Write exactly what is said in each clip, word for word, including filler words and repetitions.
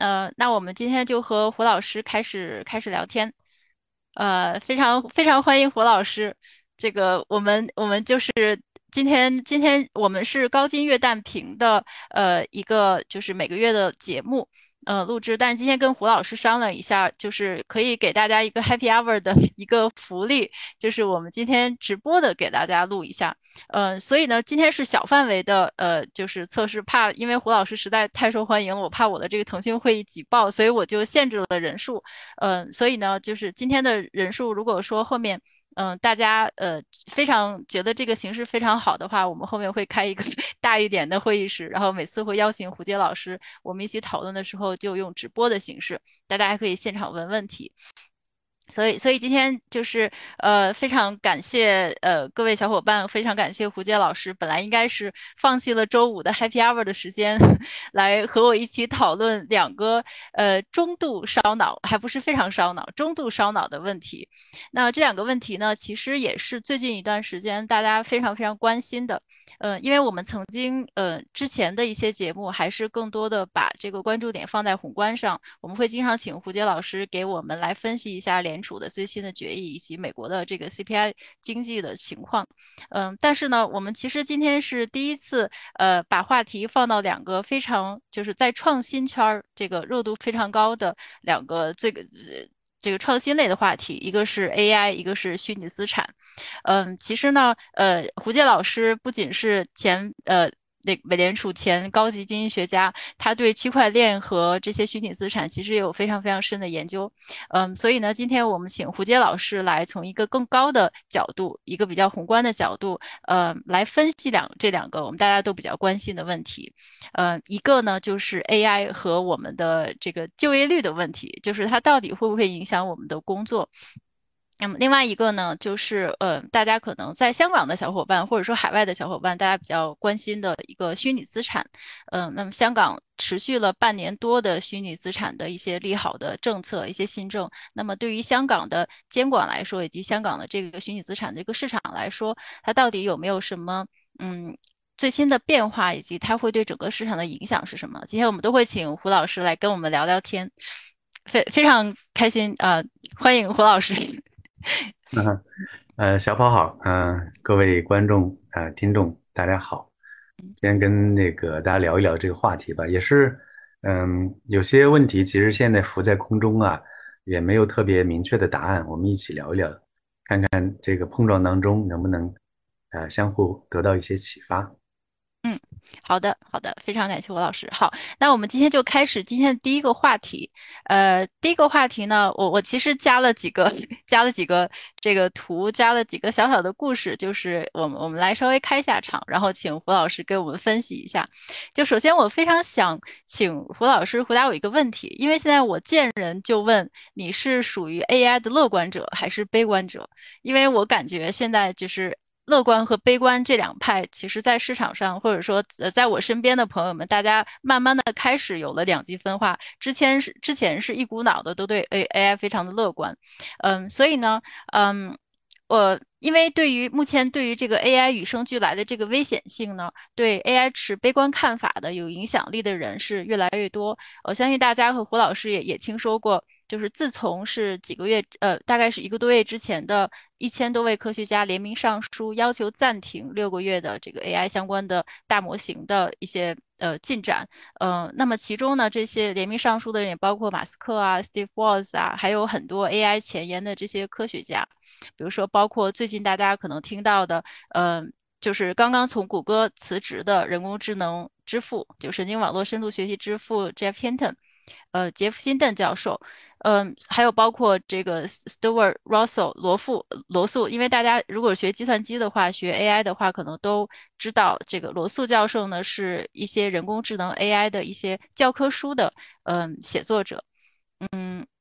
呃，那我们今天就和胡老师开始开始聊天。呃，非常非常欢迎胡老师。这个我们我们就是今天今天我们是高金月旦评的呃一个就是每个月的节目呃录制，但是今天跟胡老师商量一下，就是可以给大家一个 happy hour 的一个福利，就是我们今天直播的给大家录一下。呃，所以呢，今天是小范围的，呃，就是测试，怕因为胡老师实在太受欢迎了，我怕我的这个腾讯会议挤爆，所以我就限制了人数。嗯、所以呢，就是今天的人数，如果说后面，嗯、大家呃非常觉得这个形式非常好的话，我们后面会开一个大一点的会议室，然后每次会邀请胡杰老师，我们一起讨论的时候就用直播的形式，大家还可以现场问问题。所以，所以今天就是呃，非常感谢呃各位小伙伴，非常感谢胡杰老师。本来应该是放弃了周五的 Happy Hour 的时间，来和我一起讨论两个呃中度烧脑，还不是非常烧脑，中度烧脑的问题。那这两个问题呢，其实也是最近一段时间大家非常非常关心的。呃，因为我们曾经呃之前的一些节目，还是更多的把这个关注点放在宏观上，我们会经常请胡杰老师给我们来分析一下联储的最新的决议，以及美国的这个 C P I 经济的情况。嗯，但是呢，我们其实今天是第一次呃把话题放到两个非常就是在创新圈儿这个热度非常高的两个最呃这个创新类的话题，一个是 A I，一个是虚拟资产。嗯，其实呢，呃，胡杰老师不仅是前呃那美联储前高级经济学家，他对区块链和这些虚拟资产其实也有非常非常深的研究。嗯，所以呢，今天我们请胡杰老师来从一个更高的角度，一个比较宏观的角度，呃，来分析两这两个我们大家都比较关心的问题。呃，一个呢就是 A I 和我们的这个就业率的问题，就是它到底会不会影响我们的工作。那么另外一个呢，就是呃，大家可能在香港的小伙伴，或者说海外的小伙伴，大家比较关心的一个虚拟资产。嗯、那么香港持续了半年多的虚拟资产的一些利好的政策，一些新政。那么对于香港的监管来说，以及香港的这个虚拟资产这个市场来说，它到底有没有什么嗯最新的变化，以及它会对整个市场的影响是什么？今天我们都会请胡老师来跟我们聊聊天，非非常开心啊、呃欢迎胡老师。 嗯，呃，小跑好，嗯、各位观众、呃，听众，大家好。今天跟那个大家聊一聊这个话题吧，也是，嗯，有些问题其实现在浮在空中啊，也没有特别明确的答案，我们一起聊一聊，看这个碰撞当中能不能，呃，相互得到一些启发。 嗯，好的，好的，非常感谢我老师。好，那我们今天就开始今天的第一个话题。呃，第一个话题呢，我我其实加了几个加了几个这个图，加了几个小小的故事，就是我们我们来稍微开一下场，然后请胡老师给我们分析一下。就首先，我非常想请胡老师回答我一个问题，因为现在我见人就问你是属于 A I 的乐观者还是悲观者？因为我感觉现在就是乐观和悲观这两派，其实在市场上，或者说呃，在我身边的朋友们，大家慢慢的开始有了两极分化。之前是之前是一股脑的都对 A AI 非常的乐观。嗯，所以呢，嗯。我因为对于目前对于这个 A I 与生俱来的这个危险性呢，对 A I 持悲观看法的有影响力的人是越来越多。我相信大家和胡老师也也听说过，就是自从是几个月，呃，大概是一个多月之前的一千多位科学家联名上书，要求暂停六个月的这个 A I 相关的大模型的一些呃进展。呃，那么其中呢，这些联名上书的人也包括马斯克啊、Steve Woz 啊，还有很多 A I 前沿的这些科学家，比如说包括最近大家可能听到的，呃。就是刚刚从谷歌辞职的人工智能之父，就神经网络深度学习之父 Jeff Hinton，呃，杰夫辛顿教授，嗯、还有包括这个 Stewart Russell 罗富罗素，因为大家如果学计算机的话，学 A I 的话，可能都知道这个罗素教授呢是一些人工智能 A I 的一些教科书的嗯、写作者。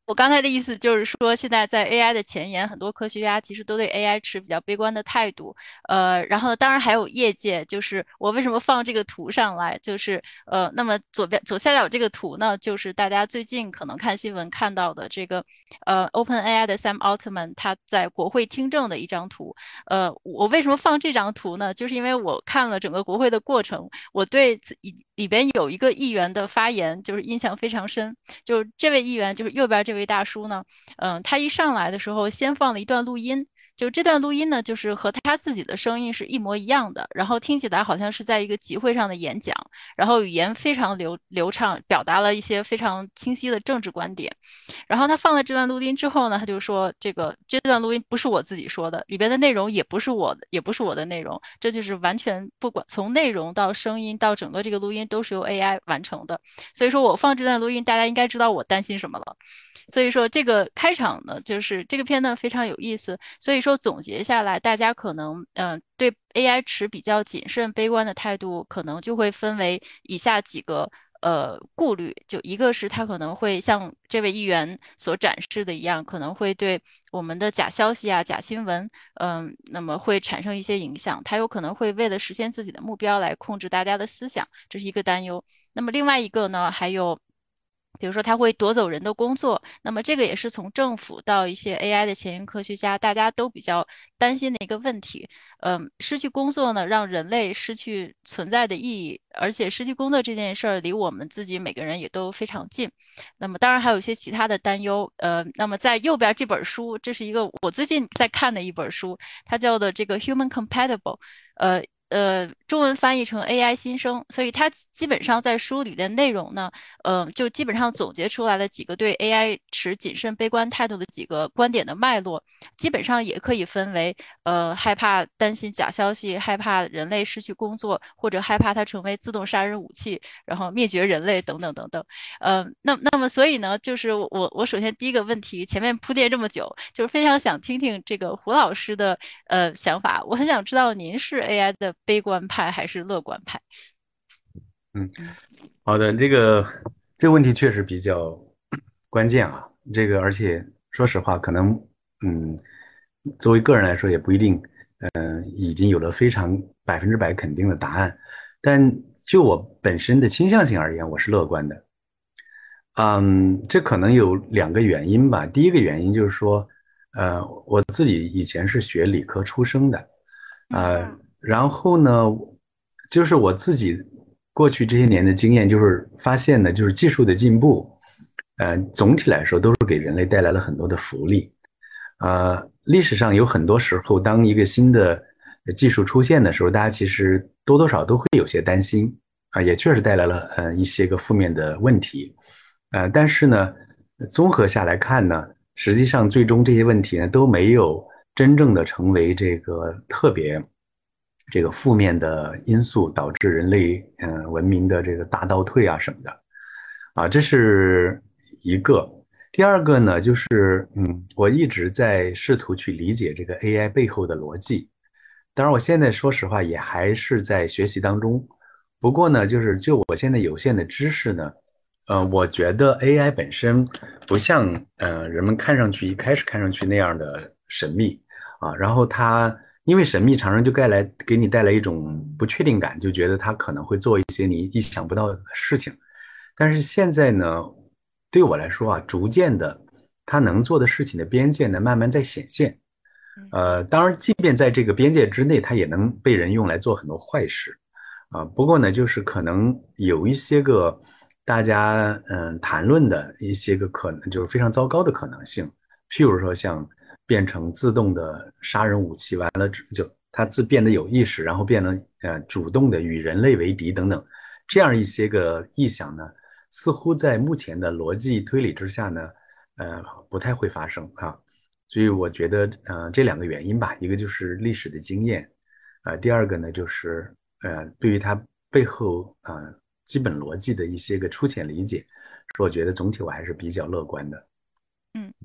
我刚才的意思就是说，现在在 A I 的前沿，很多科学家其实都对 A I 持比较悲观的态度。呃，然后当然还有业界，就是我为什么放这个图上来，就是呃，那么左边左下角这个图呢，就是大家最近可能看新闻看到的这个呃 OpenAI 的 Sam Altman 他在国会听证的一张图。呃，我为什么放这张图呢？就是因为我看了整个国会的过程，我对此里里边有一个议员的发言就是印象非常深。就这位议员，就是右边这位大叔呢，嗯，他一上来的时候先放了一段录音，就这段录音呢，就是和他自己的声音是一模一样的，然后听起来好像是在一个集会上的演讲，然后语言非常流流畅，表达了一些非常清晰的政治观点。然后他放了这段录音之后呢，他就说这个这段录音不是我自己说的，里边的内容也不是我的，也不是我的内容，这就是完全不管从内容到声音到整个这个录音都是由 A I 完成的。所以说我放这段录音，大家应该知道我担心什么了。所以说这个开场呢，就是这个片段非常有意思。所以说总结下来，大家可能嗯、呃对 A I 持比较谨慎、悲观的态度，可能就会分为以下几个。呃，顾虑就一个是它可能会像这位议员所展示的一样，可能会对我们的假消息啊、假新闻，嗯，那么会产生一些影响。它有可能会为了实现自己的目标来控制大家的思想，这是一个担忧。那么另外一个呢，还有。比如说，它会夺走人的工作，那么这个也是从政府到一些 A I 的前沿科学家，大家都比较担心的一个问题。嗯，失去工作呢，让人类失去存在的意义，而且失去工作这件事儿离我们自己每个人也都非常近。那么当然还有一些其他的担忧。呃，那么在右边这本书，这是一个我最近在看的一本书，它叫的这个《Human Compatible》。呃。呃，中文翻译成 A I 新生，所以它基本上在书里的内容呢，嗯，就基本上总结出来了几个对 A I 持谨慎悲观态度的几个观点的脉络，基本上也可以分为，呃，害怕担心假消息，害怕人类失去工作，或者害怕它成为自动杀人武器，然后灭绝人类等等等等。呃，那那么所以呢，就是我我首先第一个问题，前面铺垫这么久，就是非常想听听这个胡老师的呃想法，我很想知道您是 A I 的悲观派还是乐观派？ 嗯， 嗯好的，这个这个问题确实比较关键啊。这个而且说实话，可能嗯，作为个人来说也不一定，嗯、已经有了非常百分之百肯定的答案。但就我本身的倾向性而言，我是乐观的。嗯，这可能有两个原因吧。第一个原因就是说，呃，我自己以前是学理科出身的， 嗯呃，然后呢，就是我自己过去这些年的经验，就是发现呢，就是技术的进步，呃，总体来说都是给人类带来了很多的福利。呃，历史上有很多时候，当一个新的技术出现的时候，大家其实多多少少都会有些担心啊，也确实带来了呃一些个负面的问题。呃，但是呢，综合下来看呢，实际上最终这些问题呢都没有真正的成为这个特别这个负面的因素，导致人类嗯、呃文明的这个大倒退啊什么的啊，这是一个。第二个呢，就是嗯，我一直在试图去理解这个 A I 背后的逻辑。当然，我现在说实话也还是在学习当中。不过呢，就是就我现在有限的知识呢，呃，我觉得 A I 本身不像呃人们看上去一开始看上去那样的神秘啊。然后它因为神秘，常常就带来给你带来一种不确定感，就觉得它可能会做一些你意想不到的事情。但是现在呢，对我来说啊，逐渐的，它能做的事情的边界呢，慢慢在显现。 嗯呃，当然，即便在这个边界之内，它也能被人用来做很多坏事啊。不过呢，就是可能有一些个大家嗯谈论的一些个可能，就是非常糟糕的可能性，譬如说像变成自动的杀人武器，完了之就它自变得有意识，然后变得呃主动的与人类为敌等等，这样一些个意想呢，似乎在目前的逻辑推理之下呢，呃，不太会发生啊。所以我觉得，呃，这两个原因吧，一个就是历史的经验，啊、第二个呢就是呃，对于它背后呃基本逻辑的一些个粗浅理解，说我觉得总体我还是比较乐观的。 嗯。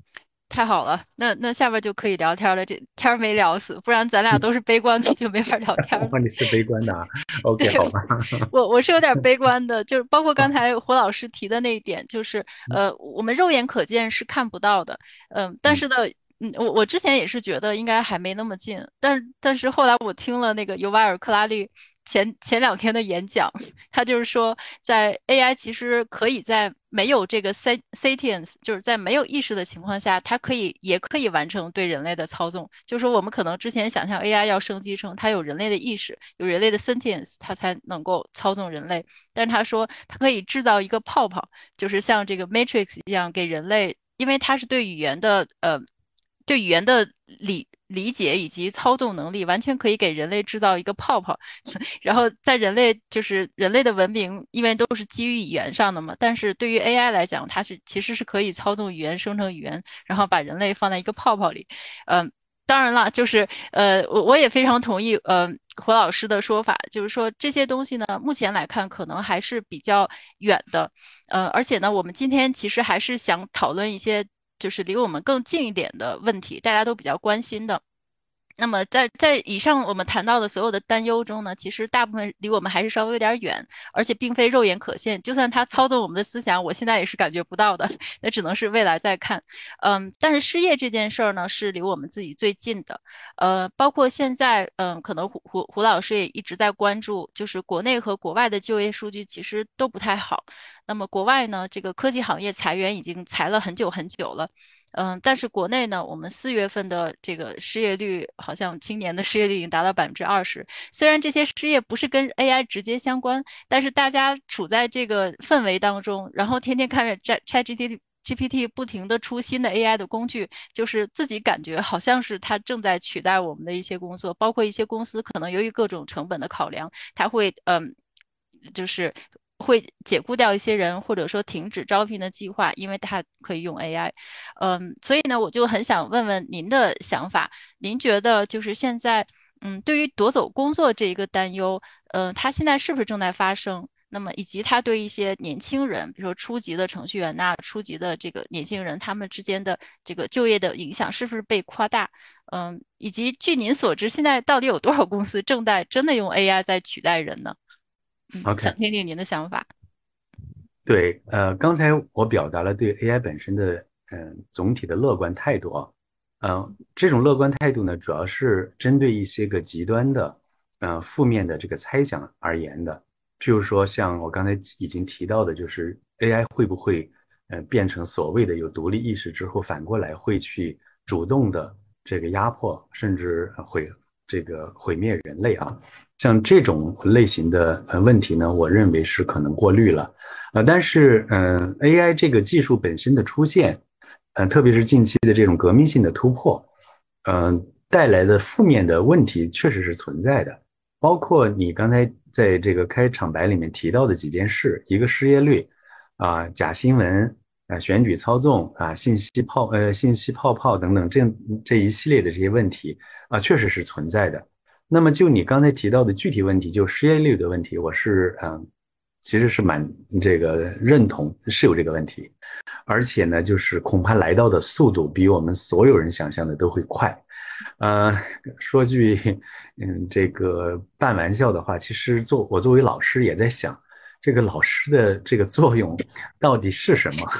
太好了，那那下边就可以聊天了，这天儿没聊死，不然咱俩都是悲观的，就没法聊天了。 哦，你是悲观的啊对， ？OK，好吧。 我我是有点悲观的，就是包括刚才胡老师提的那一点，就是呃，我们肉眼可见是看不到的，嗯、但嗯是呢，嗯，我我之前也是觉得应该还没那么近，但但是后来我听了那个尤瓦尔克拉利前前两天的演讲，他就是说，在 A I 其实可以在没有这个 sa- sentience，就是在没有意识的情况下，它可以也可以完成对人类的操纵。就是说，我们可能之前想象 A I 要升级成它有人类的意识，有人类的 sentience，它才能够操纵人类。但是他说，它可以制造一个泡泡，就是像这个 Matrix 一样，给人类，因为它是对语言的呃。对语言的理理解以及操纵能力，完全可以给人类制造一个泡泡，然后在人类就是人类的文明，因为都是基于语言上的嘛，但是对于 A I 来讲，它是其实是可以操纵语言、生成语言，然后把人类放在一个泡泡里。嗯、当然了，就是呃，我我也非常同意呃胡老师的说法，就是说这些东西呢，目前来看可能还是比较远的，呃，而且呢，我们今天其实还是想讨论一些就是离我们更近一点的问题，大家都比较关心的。那么在在以上我们谈到的所有的担忧中呢，其实大部分离我们还是稍微有点远，而且并非肉眼可见。就算它操纵我们的思想，我现在也是感觉不到的，那只能是未来再看。嗯，但是失业这件事儿呢，是离我们自己最近的。呃，包括现在，嗯，可能胡胡胡老师也一直在关注，就是国内和国外的就业数据其实都不太好。那么国外呢，这个科技行业裁员已经裁了很久很久了。嗯，但是国内呢，我们四月份的这个失业率，好像青年的失业率已经达到百分之二十。虽然这些失业不是跟 A I 直接相关，但是大家处在这个氛围当中，然后天天看着 Chat ChatGPT G P T 不停的出新的 A I 的工具，就是自己感觉好像是它正在取代我们的一些工作，包括一些公司可能由于各种成本的考量，它会嗯，就是会解雇掉一些人，或者说停止招聘的计划，因为它可以用 A I。嗯，所以呢，我就很想问问您的想法，您觉得就是现在，嗯，对于夺走工作这一个担忧，呃，它现在是不是正在发生？那么，以及它对一些年轻人，比如说初级的程序员呐、初级的这个年轻人，他们之间的这个就业的影响是不是被夸大？嗯，以及据您所知，现在到底有多少公司正在真的用 A I 在取代人呢？嗯，想 ，OK。 听听您的想法。 对，呃，刚才我表达了对 A I 本身的嗯、总体的乐观态度啊，嗯、这种乐观态度呢，主要是针对一些个极端的呃负面的这个猜想而言的。譬如说，像我刚才已经提到的，就是 A I 会不会呃变成所谓的有独立意识之后，反过来会去主动的这个压迫，甚至呃毁这个毁灭人类啊？像这种类型的呃问题呢，我认为是可能过滤了。呃，但是，嗯、a i 这个技术本身的出现，嗯、特别是近期的这种革命性的突破，嗯、带来的负面的问题确实是存在的，包括你刚才在这个开场白里面提到的几件事，一个失业率，啊、假新闻，啊、选举操纵，啊、信息泡，呃，信息泡泡等等，这这一系列的这些问题，啊、确实是存在的。那么就你刚才提到的具体问题，就失业率的问题，我是嗯，其实是蛮这个认同是有这个问题，而且呢，就是恐怕来到的速度比我们所有人想象的都会快。呃，说句嗯这个半玩笑的话，其实做我作为老师也在想，这个老师的这个作用到底是什么？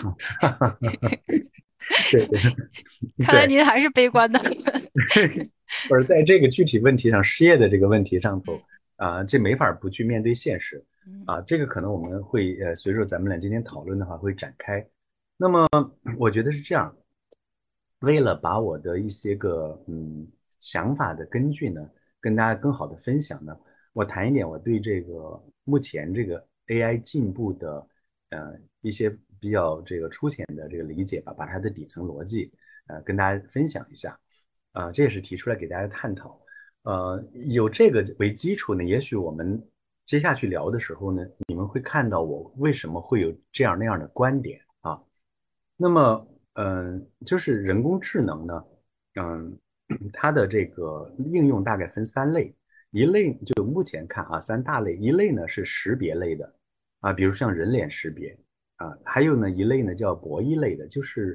对看来对。 您还是悲观的。 而在这个具体问题上，失业的这个问题上嗯头，啊、这没法不去面对现实， 嗯啊、这个可能我们会呃随着咱们俩今天讨论的话会展开。我觉得是这样，为了把我的一些个嗯想法的根据呢，跟大家更好的分享呢，我谈一点我对这个目前这个 A I 进步的呃一些比较这个粗浅的这个理解吧，把它的底层逻辑呃跟大家分享一下，啊、这也是提出来给大家探讨。呃，有这个为基础呢，也许我们接下去聊的时候呢，你们会看到我为什么会有这样那样的观点啊。那么，嗯，就是人工智能呢，嗯，它的这个应用大概分三类，一类就目前看啊，三大类，一类呢是识别类的啊，比如像人脸识别啊，还有呢一类呢叫博弈类的，就是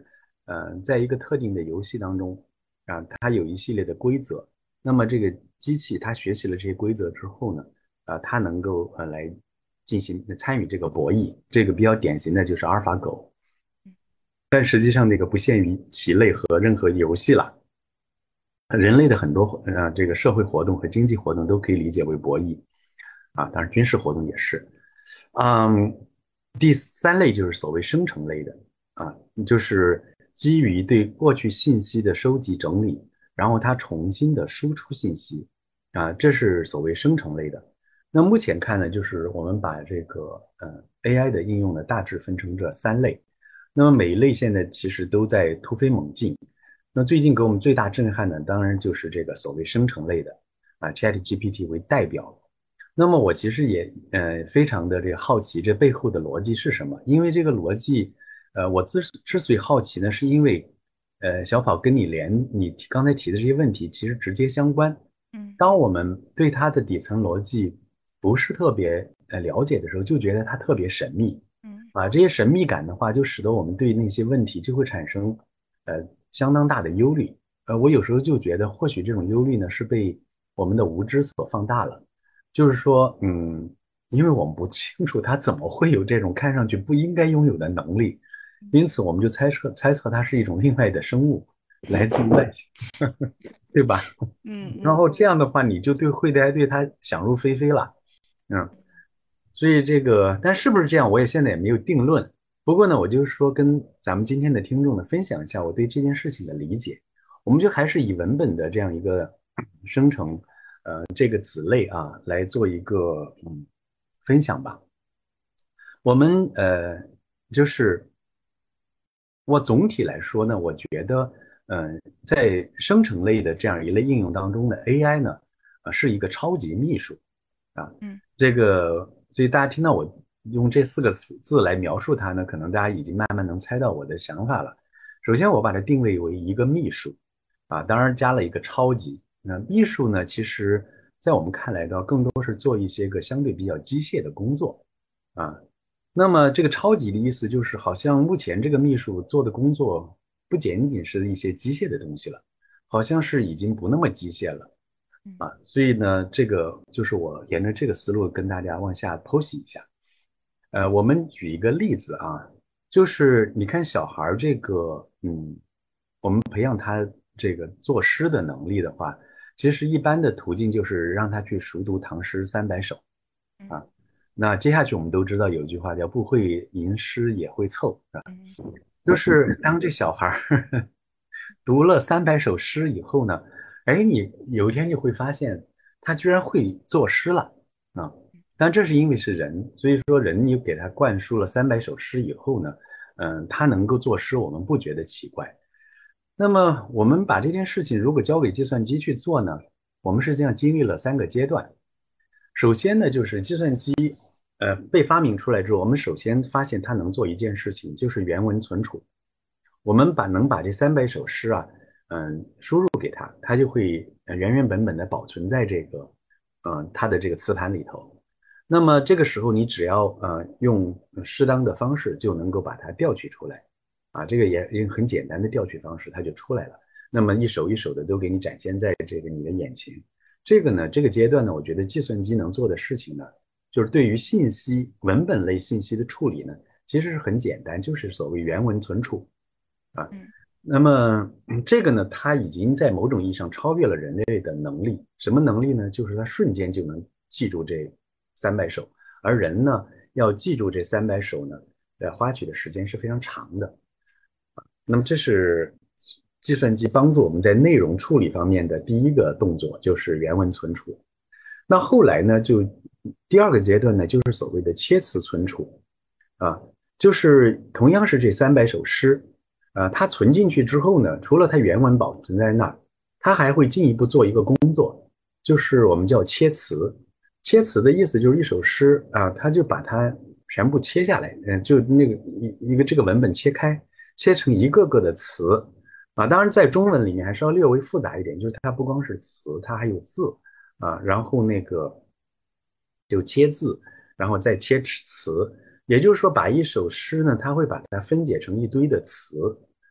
呃，在一个特定的游戏当中啊，它有一系列的规则。那么这个机器它学习了这些规则之后呢，啊，它能够呃来进行参与这个博弈。这个比较典型的就是阿尔法狗，但实际上这个不限于棋类和任何游戏了。人类的很多呃这个社会活动和经济活动都可以理解为博弈啊，当然军事活动也是。嗯，第三类就是所谓生成类的啊，就是基于对过去信息的收集整理，然后它重新的输出信息啊，这是所谓生成类的。那目前看呢，就是我们把这个呃 A I 的应用呢大致分成这三类，那么每一类现在其实都在突飞猛进。那最近给我们最大震撼的，当然就是这个所谓生成类的啊，ChatGPT 为代表。那么我其实也呃非常的这个好奇，这背后的逻辑是什么？因为这个逻辑，呃，我之之所以好奇呢，是因为呃小跑跟你连你提刚才提的这些问题其实直接相关。 嗯当我们对它的底层逻辑不是特别呃了解的时候，就觉得它特别神秘。 嗯啊，这些神秘感的话，就使得我们对那些问题就会产生呃相当大的忧虑。呃，我有时候就觉得，或许这种忧虑呢是被我们的无知所放大了。就是说，嗯，因为我们不清楚它怎么会有这种看上去不应该拥有的能力，因此我们就猜测猜测它是一种另外的生物，来自于外星，对吧？ 嗯嗯然后这样的话，你就对会大家对它想入非非了。嗯，所以这个，但是不是这样，我也现在也没有定论。不过呢，我就是说跟咱们今天的听众呢分享一下我对这件事情的理解。我们就还是以文本的这样一个生成，呃，这个子类啊来做一个嗯分享吧。我们呃，就是我总体来说呢，我觉得，嗯、在生成类的这样一类应用当中呢，A I 呢，啊、是一个超级秘书。啊， 嗯这个，所以大家听到我用这四个字字来描述它呢，可能大家已经慢慢能猜到我的想法了。首先，我把它定位为一个秘书，啊，当然加了一个超级。那秘书呢，其实在我们看来呢，更多是做一些个相对比较机械的工作，啊，那么这个超级的意思就是，好像目前这个秘书做的工作不仅仅是一些机械的东西了，好像是已经不那么机械了。 嗯啊，所以呢，这个就是我沿着这个思路跟大家往下剖析一下。呃，我们举一个例子啊，就是你看小孩儿这个，嗯，我们培养他这个作诗的能力的话，其实一般的途径就是让他去熟读唐诗三百首嗯啊。那接下去我们都知道有一句话叫"不会吟诗也会凑"，啊， 嗯就是当这小孩儿读了三百首诗以后呢，哎，你有一天就会发现他居然会作诗了啊！但这是因为是人，所以说人你给他灌输了三百首诗以后呢，嗯，他能够作诗，我们不觉得奇怪。那么我们把这件事情如果交给计算机去做呢，我们实际上经历了三个阶段。首先呢，就是计算机呃被发明出来之后，我们首先发现它能做一件事情，就是原文存储。我们把能把这三百首诗啊，嗯，输入给它，它就会呃原原本本的保存在这个，嗯，它的这个磁盘里头。那么这个时候，你只要呃用适当的方式，就能够把它调取出来，啊，这个也用很简单的调取方式，它就出来了。那么一首一首的都给你展现在这个你的眼前。这个呢，这个阶段呢，我觉得计算机能做的事情呢，就是对于信息文本类信息的处理呢，其实是很简单，就是所谓原文存储。啊， 嗯那么嗯这个呢，它已经在某种意义上超越了人类的能力。什么能力呢？就是它瞬间就能记住这三百首，而人呢，要记住这三百首呢，呃，花取的时间是非常长的。那么这是计算机帮助我们在内容处理方面的第一个动作，就是原文存储。那后来呢，就第二个阶段呢，就是所谓的切词存储啊，就是同样是这三百首诗。啊，它存进去之后呢，除了它原文保存在那儿，它还会进一步做一个工作，就是我们叫切词。切词的意思就是一首诗啊，它就把它全部切下来，嗯，就那个一一个这个文本切开，切成一个个的词啊。当然，在中文里面还是要略微复杂一点，就是它不光是词，它还有字啊，然后那个就切字，然后再切词。也就是说，把一首诗呢，它会把它分解成一堆的词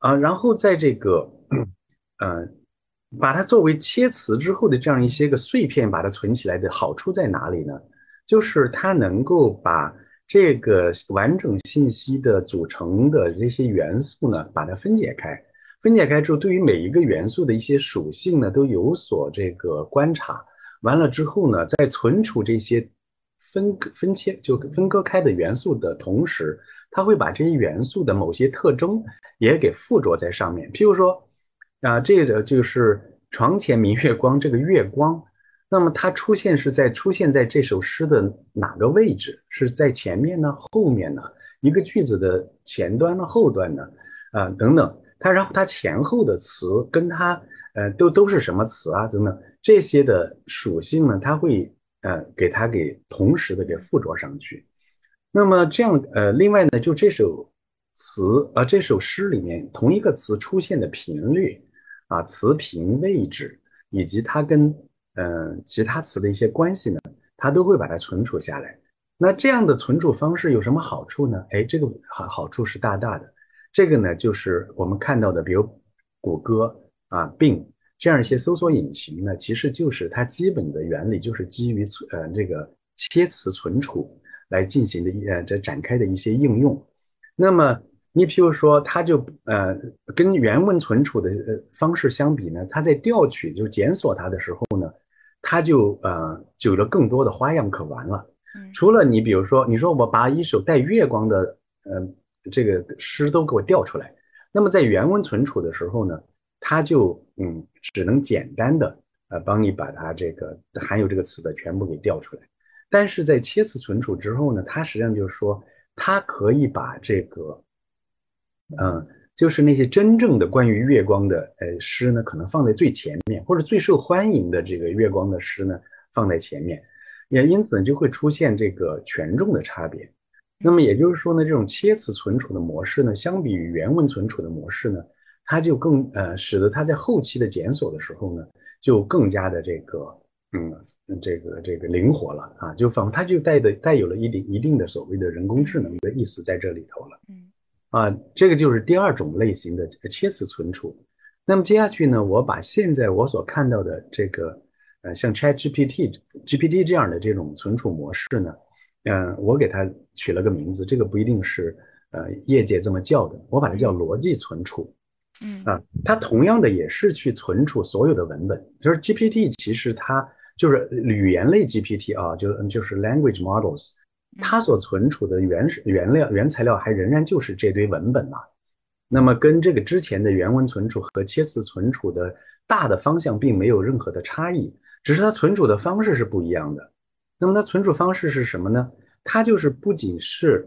啊，然后在这个，呃，把它作为切词之后的这样一些个碎片，把它存起来的好处在哪里呢？就是它能够把这个完整信息的组成的这些元素呢，把它分解开。分解开之后，对于每一个元素的一些属性呢，都有所这个观察。完了之后呢，在存储这些分分切就分割开的元素的同时，它会把这些元素的某些特征也给附着在上面。譬如说，啊、这个就是床前明月光这个月光，那么它出现是在出现在这首诗的哪个位置？是在前面呢？后面呢？一个句子的前端呢？后端呢？啊、等等。它然后它前后的词跟它呃都都是什么词啊？等等这些的属性呢？它会呃给它给同时的给附着上去。那么这样呃，另外呢，就这首词啊、呃，这首诗里面同一个词出现的频率啊、词频位置以及它跟嗯、呃其他词的一些关系呢，它都会把它存储下来。那这样的存储方式有什么好处呢？哎，这个好好处是大大的。这个呢，就是我们看到的，比如谷歌啊、Bing 这样一些搜索引擎呢，其实就是它基本的原理就是基于呃这个切词存储来进行的呃这展开的一些应用。那么你比如说，它就呃跟原文存储的呃方式相比呢，它在调取就检索它的时候呢，它就呃就有了更多的花样可玩了。 嗯除了你比如说，你说我把一首带月光的呃这个诗都给我调出来，那么在原文存储的时候呢，它就嗯只能简单的呃帮你把它这个含有这个词的全部给调出来。但是在切词存储之后呢，它实际上就是说，它可以把这个嗯，就是那些真正的关于月光的呃诗呢，可能放在最前面，或者最受欢迎的这个月光的诗呢放在前面，也因此呢就会出现这个权重的差别。那么嗯也就是说呢，这种切词存储的模式呢，相比于原文存储的模式呢，它就更呃使得它在后期的检索的时候呢，就更加的这个嗯这个这个灵活了啊，就仿佛它就带的带有了一定一定的所谓的人工智能嗯的意思在这里头了。 嗯啊，这个就是第二种类型的这个切词存储。那么接下去呢，我把现在我所看到的这个，呃，像 ChatGPT、G P T 这样的这种存储模式呢，嗯、我给它取了个名字，这个不一定是呃业界这么叫的，我把它叫嗯逻辑存储嗯啊。它同样的也是去存储所有的文本，就是 G P T 其实它就是语言类 G P T 啊，就就是 language models，它嗯所存储的原始原料原材料还仍然就是这堆文本嘛。那么跟这个之前的原文存储和切词存储的大的方向并没有任何的差异，只是它存储的方式是不一样的。那么它存储方式是什么呢？它就是不仅是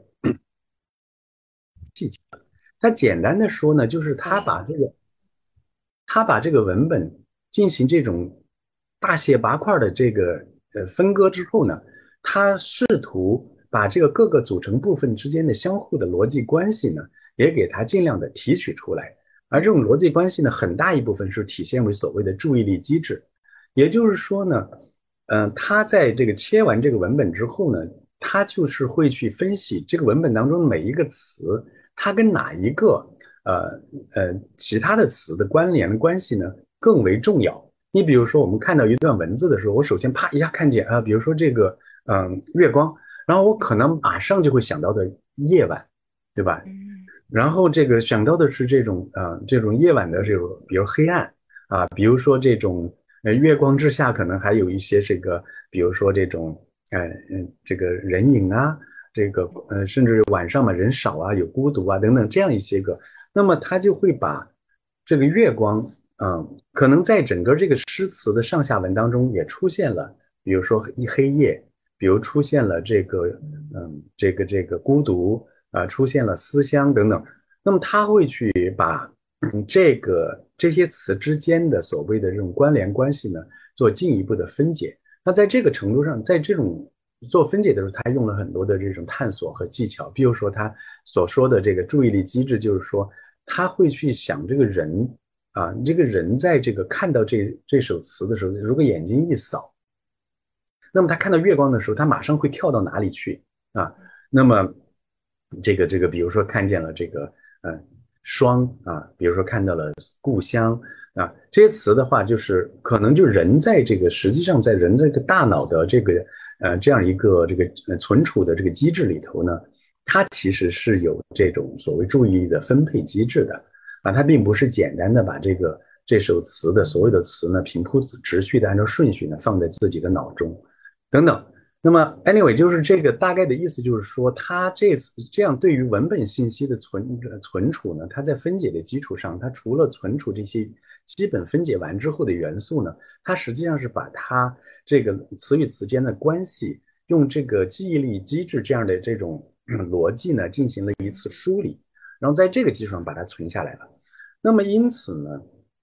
它简单的说呢，就是它把这个他把这个文本进行这种大卸八块的这个呃分割之后呢，他试图把这个各个组成部分之间的相互的逻辑关系呢，也给它尽量的提取出来。而这嗯种逻辑关系呢，很大一部分是体现为所谓的注意力机制。也就是说呢，嗯、呃，他在这个切完这个文本之后呢，他就是会去分析这个文本当中的每一个词，它跟哪一个呃呃其他的词的关联关系呢更为重要。你比如说，我们看到一段文字的时候，我首先啪一下看见啊，比如说这个嗯、呃月光，然后我可能马上就会想到的夜晚，对吧？ 嗯然后这个想到的是这种呃这种夜晚的这种，比如黑暗啊，比如说这种呃月光之下可能还有一些这个，比如说这种呃嗯这个人影啊，这个呃甚至晚上嘛人少啊，有孤独啊等等这样一些个，那么他就会把这个月光，嗯，可能在整个这个诗词的上下文当中也出现了，比如说一黑夜，比如出现了这个嗯这个这个孤独。啊、呃出现了思乡等等，那么他会去把嗯这个这些词之间的所谓的这种关联关系呢，做进一步的分解。那在这个程度上，在这种做分解的时候，他用了很多的这种探索和技巧，比如说他所说的这个注意力机制，就是说他会去想这个人啊，这个人在这个看到这这首词的时候，如果眼睛一扫，那么他看到月光的时候，他马上会跳到哪里去啊？那么这个这个，比如说看见了这个，嗯、呃霜啊，比如说看到了故乡啊，这些词的话，就是可能就人在这个实际上在人这个大脑的这个呃这样一个这个呃存储的这个机制里头呢，它其实是有这种所谓注意力的分配机制的啊，它并不是简单的把这个这首词的所有的词呢平铺直叙的按照顺序呢放在自己的脑中等等。那么，anyway，就是这个大概的意思，就是说，它这次这样对于文本信息的存存储呢，它在分解的基础上，它除了存储这些基本分解完之后的元素呢，它实际上是把它这个词与词间的关系，用这个记忆力机制这样的这种逻辑呢，进行了一次梳理，然后在这个基础上把它存下来了。那么因此呢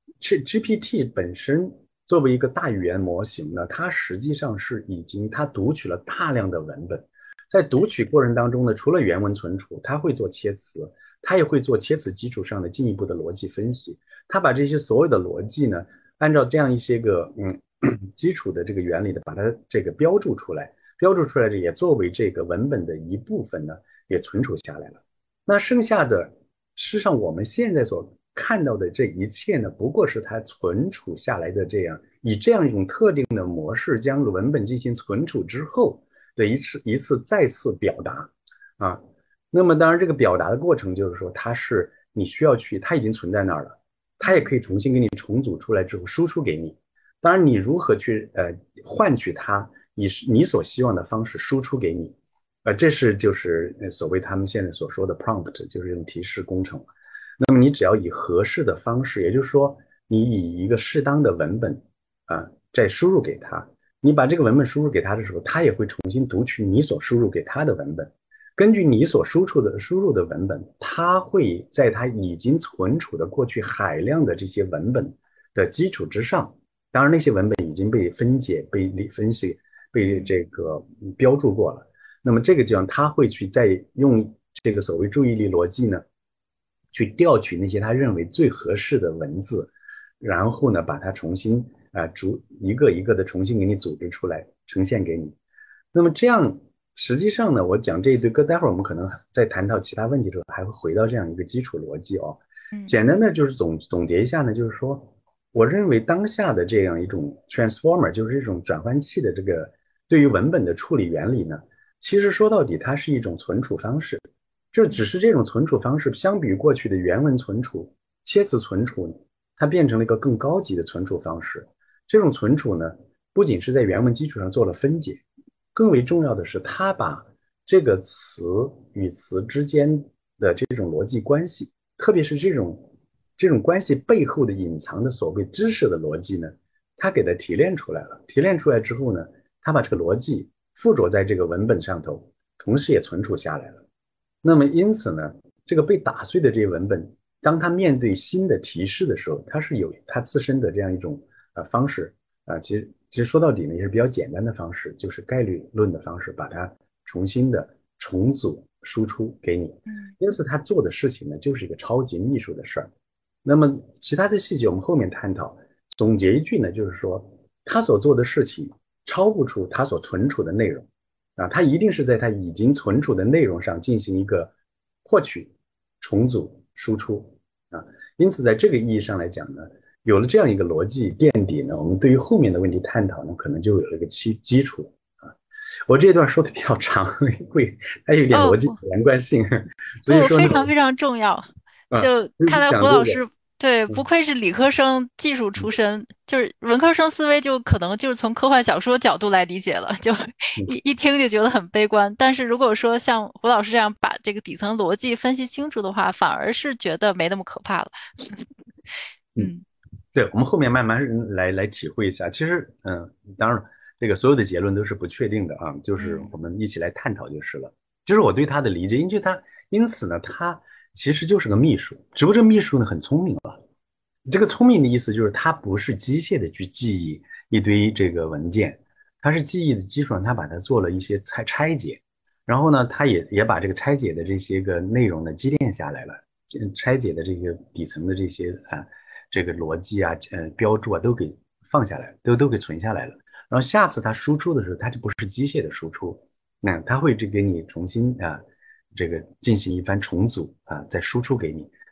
，G P T 本身作为一个大语言模型呢，它实际上是已经它读取了大量的文本，在读取过程当中呢，除了原文存储，它会做切词，它也会做切词基础上的进一步的逻辑分析。它把这些所有的逻辑呢，按照这样一些个嗯基础的这个原理的，把它这个标注出来，标注出来的也作为这个文本的一部分呢，也存储下来了。那剩下的，实际上我们现在所看到的这一切呢，不过是它存储下来的这样，以这样一种特定的模式将文本进行存储之后的一次一次再次表达啊。那么当然，这个表达的过程就是说，它是你需要去，它已经存在那儿了，它也可以重新给你重组出来之后输出给你。当然，你如何去呃换取它，以你所希望的方式输出给你，呃，这是就是所谓他们现在所说的 prompt，就是这种提示工程。那么你只要以合适的方式，也就是说，你以一个适当的文本啊，再输入给他，你把这个文本输入给他的时候，他也会重新读取你所输入给他的文本，根据你所输出的输入的文本，他会在他已经存储的过去海量的这些文本的基础之上，当然那些文本已经被分解、被分析、被这个标注过了。那么这个地方他会去再用这个所谓注意力逻辑呢，去调取那些他认为最合适的文字，然后呢把它重新啊、呃、逐一个一个的重新给你组织出来，呈现给你。那么这样实际上呢，我讲这一堆，待会儿我们可能在谈到其他问题的时候，还会回到这样一个基础逻辑哦。简单的就是总总结一下呢，就是说，我认为当下的这样一种 transformer， 就是这种转换器的这个对于文本的处理原理呢，其实说到底它是一种存储方式，就只是这种存储方式相比于过去的原文存储、切词存储，它变成了一个更高级的存储方式。这种存储呢，不仅是在原文基础上做了分解，更为重要的是，它把这个词与词之间的这种逻辑关系，特别是这种这种关系背后的隐藏的所谓知识的逻辑呢，它给它提炼出来了。提炼出来之后呢，它把这个逻辑附着在这个文本上头，同时也存储下来了。那么因此呢，这个被打碎的这些文本，当它面对新的提示的时候，它是有它自身的这样一种呃方式啊、呃，其实其实说到底呢，也是比较简单的方式，就是概率论的方式，把它重新的重组输出给你。因此，他做的事情呢，就是一个超级秘书的事儿。那么其他的细节我们后面探讨。总结一句呢，就是说他所做的事情超不出他所存储的内容啊，他一定是在他已经存储的内容上进行一个获取、重组、输出啊。因此，在这个意义上来讲呢，有了这样一个逻辑垫底呢，我们对于后面的问题探讨呢，可能就有了一个基基础啊。我这段说的比较长，会它有点逻辑连贯性，所以不， 说呢， 非常非常重要。 啊， 就就是看来胡讲这个， 老师对，不嗯愧是理科生，技术出嗯身，就是文科生思维就可能就是从科幻小说角度来理解了，就嗯一一听就觉得很悲观。但是如果说像胡老师这样把这个底层逻辑分析清楚的话，反而是觉得没那么可怕了。 嗯。 嗯对，我们后面慢慢来来体会一下。其实，嗯，当然，这个所有的结论都是不确定的啊，就是嗯我们一起来探讨就是了。就是我对他的理解，因为他，因此呢，他其实就是个秘书，只不过这秘书呢很聪明了。这个聪明的意思就是他不是机械的去记忆一堆这个文件，他是记忆的基础上，他把它做了一些拆拆解，然后呢，他也也把这个拆解的这些个内容呢积淀下来了，拆解的这个底层的这些啊。这个逻辑啊，呃，标注啊，都给放下来了，都都给存下来了。然后下次它输出的时候，它就不是机械的输出，那它会这给你重新啊，这个进行一番重组啊，再输出给你。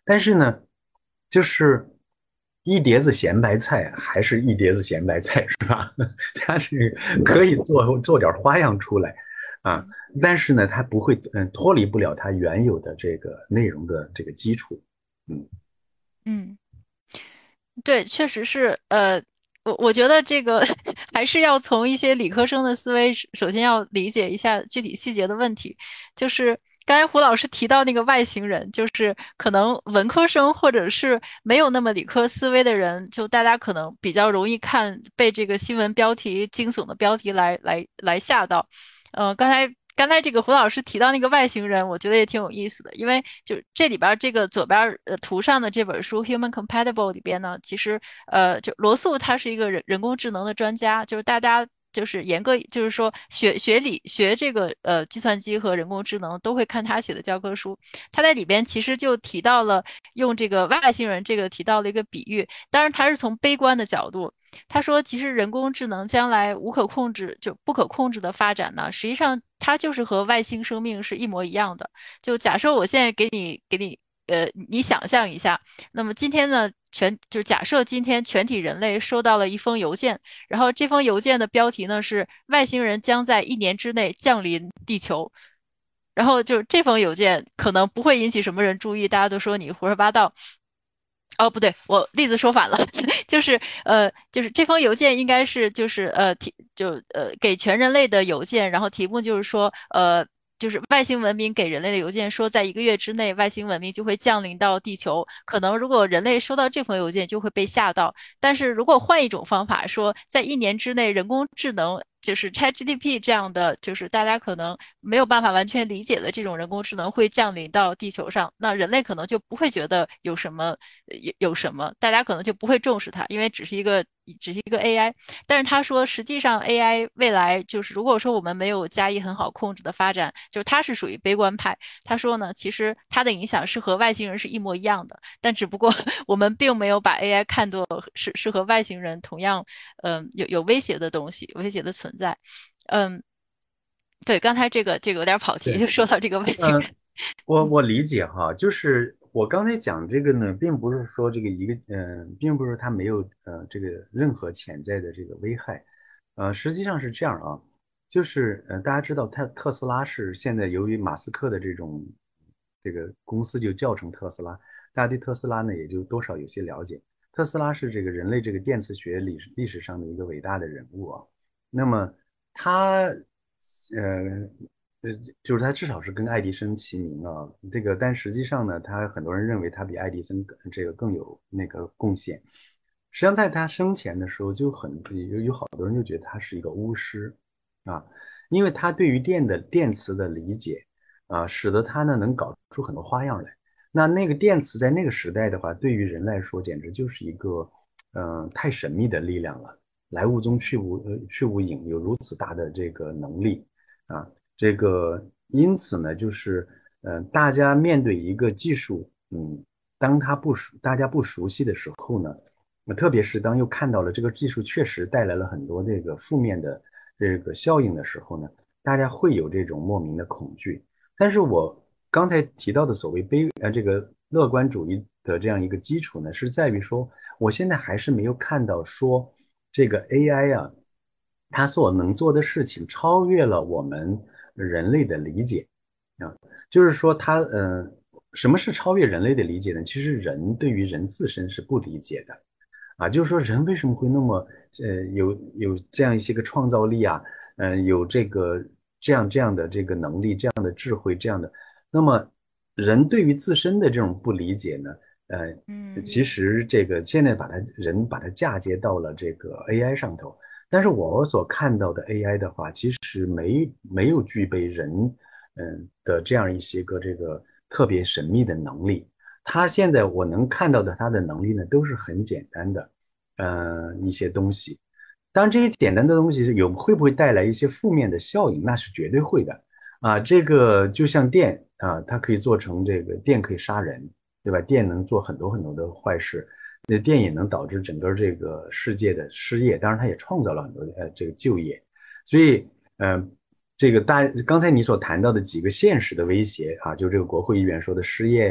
但是呢，就是一碟子咸白菜还是一碟子咸白菜，是吧？它是可以做做点花样出来啊，但是呢，它不会嗯脱离不了它原有的这个内容的这个基础。嗯， 嗯。对，确实是，呃，我我觉得这个还是要从一些理科生的思维，首首先要理解一下具体细节的问题。就是刚才胡老师提到那个外星人，就是可能文科生或者是没有那么理科思维的人，就大家可能比较容易看被这个新闻标题惊悚的标题来来来吓到。呃，刚才刚才这个胡老师提到那个外星人，我觉得也挺有意思的，因为就这里边儿这个左边儿呃图上的这本书《Human Compatible》里边呢，其实呃就罗素他是一个人人工智能的专家，就是大家。就是严格，就是说学学理学这个呃计算机和人工智能都会看他写的教科书。他在里边其实就提到了用这个外星人这个提到了一个比喻，当然他是从悲观的角度，他说，其实人工智能将来无可控制，就不可控制的发展呢，实际上它就是和外星生命是一模一样的。就假设我现在给你给你呃，你想象一下，那么今天呢，全就是假设今天全体人类收到了一封邮件，然后这封邮件的标题呢是外星人将在一年之内降临地球。然后就这封邮件可能不会引起什么人注意，大家都说你胡说八道。哦，不对，我例子说反了，就是呃，就是这封邮件应该是就是呃题就呃给全人类的邮件，然后题目就是说呃就是外星文明给人类的邮件说，在一个月之内外星文明就会降临到地球，可能如果人类收到这封邮件就会被吓到，但是如果换一种方法说，在一年之内人工智能。就是 ChatGPT 这样的，就是大家可能没有办法完全理解的这种人工智能会降临到地球上，那人类可能就不会觉得有什么有有什么，大家可能就不会重视它，因为只是一个只是一个 A I。但是他说，实际上 A I 未来就是如果说我们没有加以很好控制的发展，就是他是属于悲观派。他说呢，其实它的影响是和外星人是一模一样的，但只不过我们并没有把 A I 看作是是和外星人同样，嗯、有有威胁的东西，威胁的存在。嗯，对，刚才这个这个有点跑题， 对， 就说到这个外星嗯、 人。 我我理解哈，就是我刚才讲这个呢，并不是说这个一个，嗯、并不是说它没有呃这个任何潜在的这个危害，呃，实际上是这样啊，就是呃大家知道特特斯拉是现在由于马斯克的这种这个公司就叫成特斯拉，大家对特斯拉呢也就多少有些了解。特斯拉是这个人类这个电磁学历史历史上的一个伟大的人物啊，那么他呃。呃，就是他至少是跟爱迪生齐名啊，这个，但实际上呢，他很多人认为他比爱迪生这个更有那个贡献。实际上，在他生前的时候，就很有有好多人就觉得他是一个巫师啊，因为他对于电的电磁的理解啊，使得他呢能搞出很多花样来。那那个电磁在那个时代的话，对于人来说，简直就是一个嗯、呃太神秘的力量了，来无踪去无呃去无影，有如此大的这个能力啊。这个因此呢，就是呃，大家面对一个技术，嗯，当它不熟，大家不熟悉的时候呢，那特别是当又看到了这个技术确实带来了很多这个负面的这个效应的时候呢，大家会有这种莫名的恐惧。但是我刚才提到的所谓悲呃这个乐观主义的这样一个基础呢，是在于说，我现在还是没有看到说这个 A I 啊，它所能做的事情超越了我们人类的理解啊，就是说它呃，什么是超越人类的理解呢？其实人对于人自身是不理解的。啊，就是说人为什么会那么呃有有这样一些个创造力啊，嗯、呃有这个这样这样的这个能力，这样的智慧，这样的，那么人对于自身的这种不理解呢，呃， 嗯其实这个现在把它人把它嫁接到了这个 A I 上头，但是我所看到的 A I 的话，其实没没有具备人嗯的这样一些个这个特别神秘的能力。他现在我能看到的他的能力呢，都是很简单的，呃，一些东西。当然，这些简单的东西是有会不会带来一些负面的效应，那是绝对会的啊。这个就像电啊，它可以做成这个电可以杀人，对吧？电能做很多很多的坏事，那电也能导致整个这个世界的失业。当然，它也创造了很多呃这个就业。所以，呃，这个大刚才你所谈到的几个现实的威胁啊，就这个国会议员说的失业呀。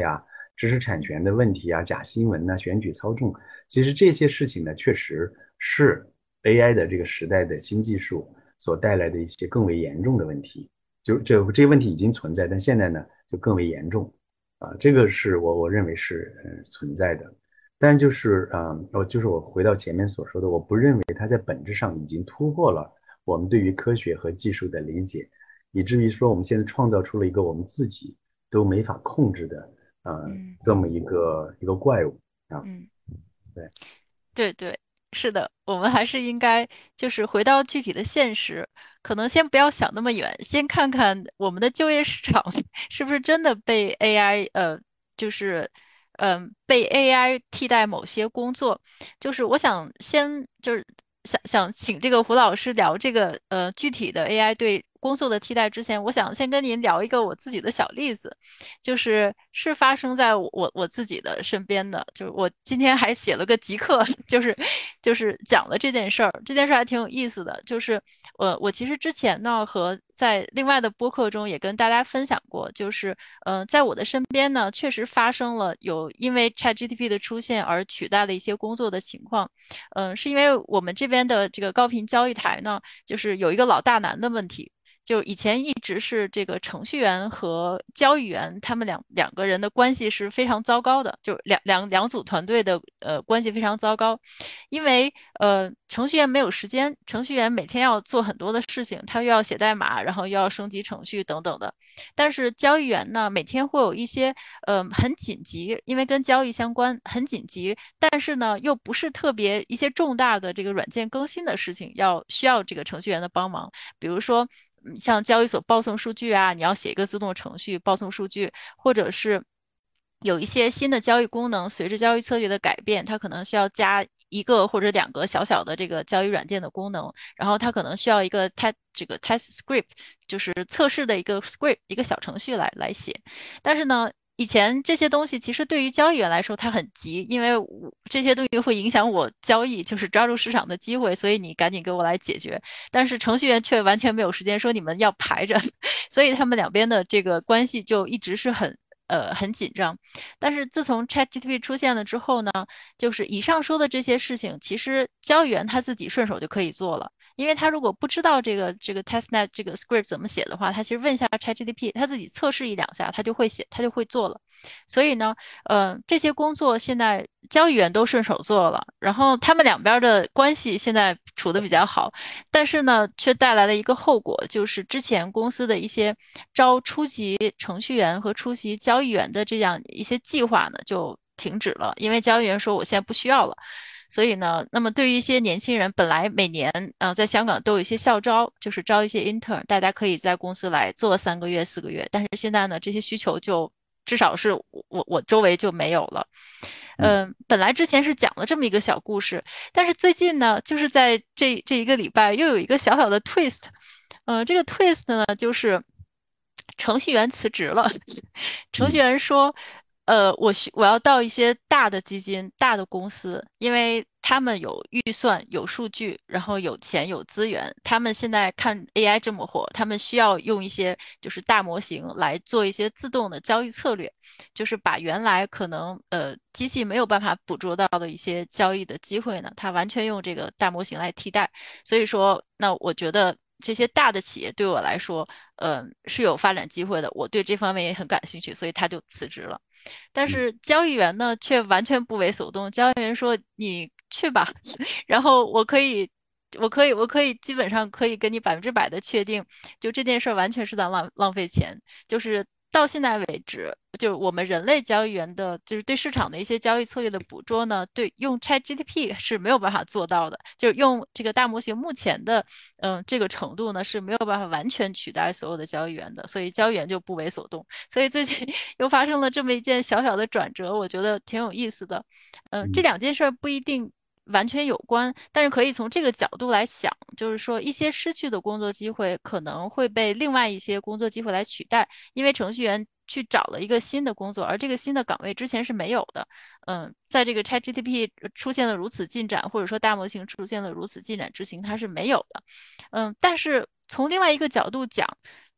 知识产权的问题啊、假新闻呐、选举操纵，其实这些事情呢，确实是 A I 的这个时代的新技术所带来的一些更为严重的问题。就这这些问题已经存在，但现在呢就更为严重啊，这个是我我认为是呃存在的。但就是啊，我就是我回到前面所说的，我不认为它在本质上已经突破了我们对于科学和技术的理解，以至于说我们现在创造出了一个我们自己都没法控制的呃嗯这么一个一个怪物啊。 嗯。 对。 对对，是的，我们还是应该就是回到具体的现实，可能先不要想那么远，先看看我们的就业市场是不是真的被 A I 呃，就是嗯、呃被 A I 替代某些工作。就是我想先就是想想请这个胡老师聊这个呃具体的 A I 对工作的替代之前，我想先跟您聊一个我自己的小例子。就是是发生在我我自己的身边的，就是我今天还写了个极客，就是就是讲了这件事儿，这件事儿还挺有意思的，就是呃我其实之前呢和在另外的播客中也跟大家分享过，就是呃在我的身边呢确实发生了有因为 ChatGPT 的出现而取代了一些工作的情况。嗯、呃是因为我们这边的这个高频交易台呢，就是有一个老大难的问题。就以前一直是这个程序员和交易员，他们两两个人的关系是非常糟糕的，就两两两组团队的呃关系非常糟糕，因为呃程序员没有时间，程序员每天要做很多的事情，他又要写代码，然后又要升级程序等等的，但是交易员呢，每天会有一些呃很紧急，因为跟交易相关，很紧急，但是呢又不是特别一些重大的这个软件更新的事情，要需要这个程序员的帮忙。比如说，嗯像交易所报送数据啊，你要写一个自动程序报送数据，或者是有一些新的交易功能，随着交易策略的改变，它可能需要加一个或者两个小小的这个交易软件的功能，然后它可能需要一个 test 这个 test script，就是测试的一个 script 一个小程序来来写。但是呢，以前这些东西其实对于交易员来说，它很急，因为我这些东西会影响我交易，就是抓住市场的机会，所以你赶紧给我来解决。但是程序员却完全没有时间说你们要排着，所以他们两边的这个关系就一直是很呃很紧张。但是自从 ChatGPT 出现了之后呢，就是以上说的这些事情，其实交易员他自己顺手就可以做了。因为他如果不知道这个这个 testnet 这个 script 怎么写的话，他其实问一下 ChatGPT，他自己测试一两下，他就会写，他就会做了。所以呢，呃，这些工作现在交易员都顺手做了，然后他们两边的关系现在处的比较好，但是呢，却带来了一个后果，就是之前公司的一些招初级程序员和初级交易员的这样一些计划呢，就停止了，因为交易员说我现在不需要了。所以呢，那么对于一些年轻人，本来每年呃在香港都有一些校招，就是招一些 intern，大家可以在公司来做三个月、四个月，但是现在呢，这些需求就至少是我我我周围就没有了。 嗯。 嗯、呃本来之前是讲了这么一个小故事，但是最近呢，就是在这这一个礼拜又有一个小小的 twist。呃，这个 twist 呢，就是程序员辞职了。程序嗯。 员说，呃，我需我要到一些大的基金、大的公司，因为他们有预算、有数据，然后有钱、有资源。他们现在看 A I 这么火，他们需要用一些就是大模型来做一些自动的交易策略，就是把原来可能呃机器没有办法捕捉到的一些交易的机会呢，它完全用这个大模型来替代。所以说，那我觉得这些大的企业对我来说，嗯、是有发展机会的。我对这方面也很感兴趣，所以他就辞职了。但嗯。 是交易员呢，却完全不为所动。交易员说：“你去吧，然后我可以。”我可以，我可以基本上可以跟你百分之百的确定，就这件事儿完全是在浪浪费钱。就是到现在为止，就我们人类交易员的，就是对市场的一些交易策略的捕捉呢，对用 ChatGPT 是没有办法做到的。就是用这个大模型目前的，嗯，这个程度呢是没有办法完全取代所有的交易员的，所以交易员就不为所动。所以最近又发生了这么一件小小的转折，我觉得挺有意思的。嗯，这嗯。 两件事儿不一定完全有关，但是可以从这个角度来想，就是说一些失去的工作机会可能会被另外一些工作机会来取代，因为程序员去找了一个新的工作，而这个新的岗位之前是没有的。嗯，在这个 ChatGPT 出现了如此进展，或者说大模型出现了如此进展之前，它是没有的。嗯，但是从另外一个角度讲，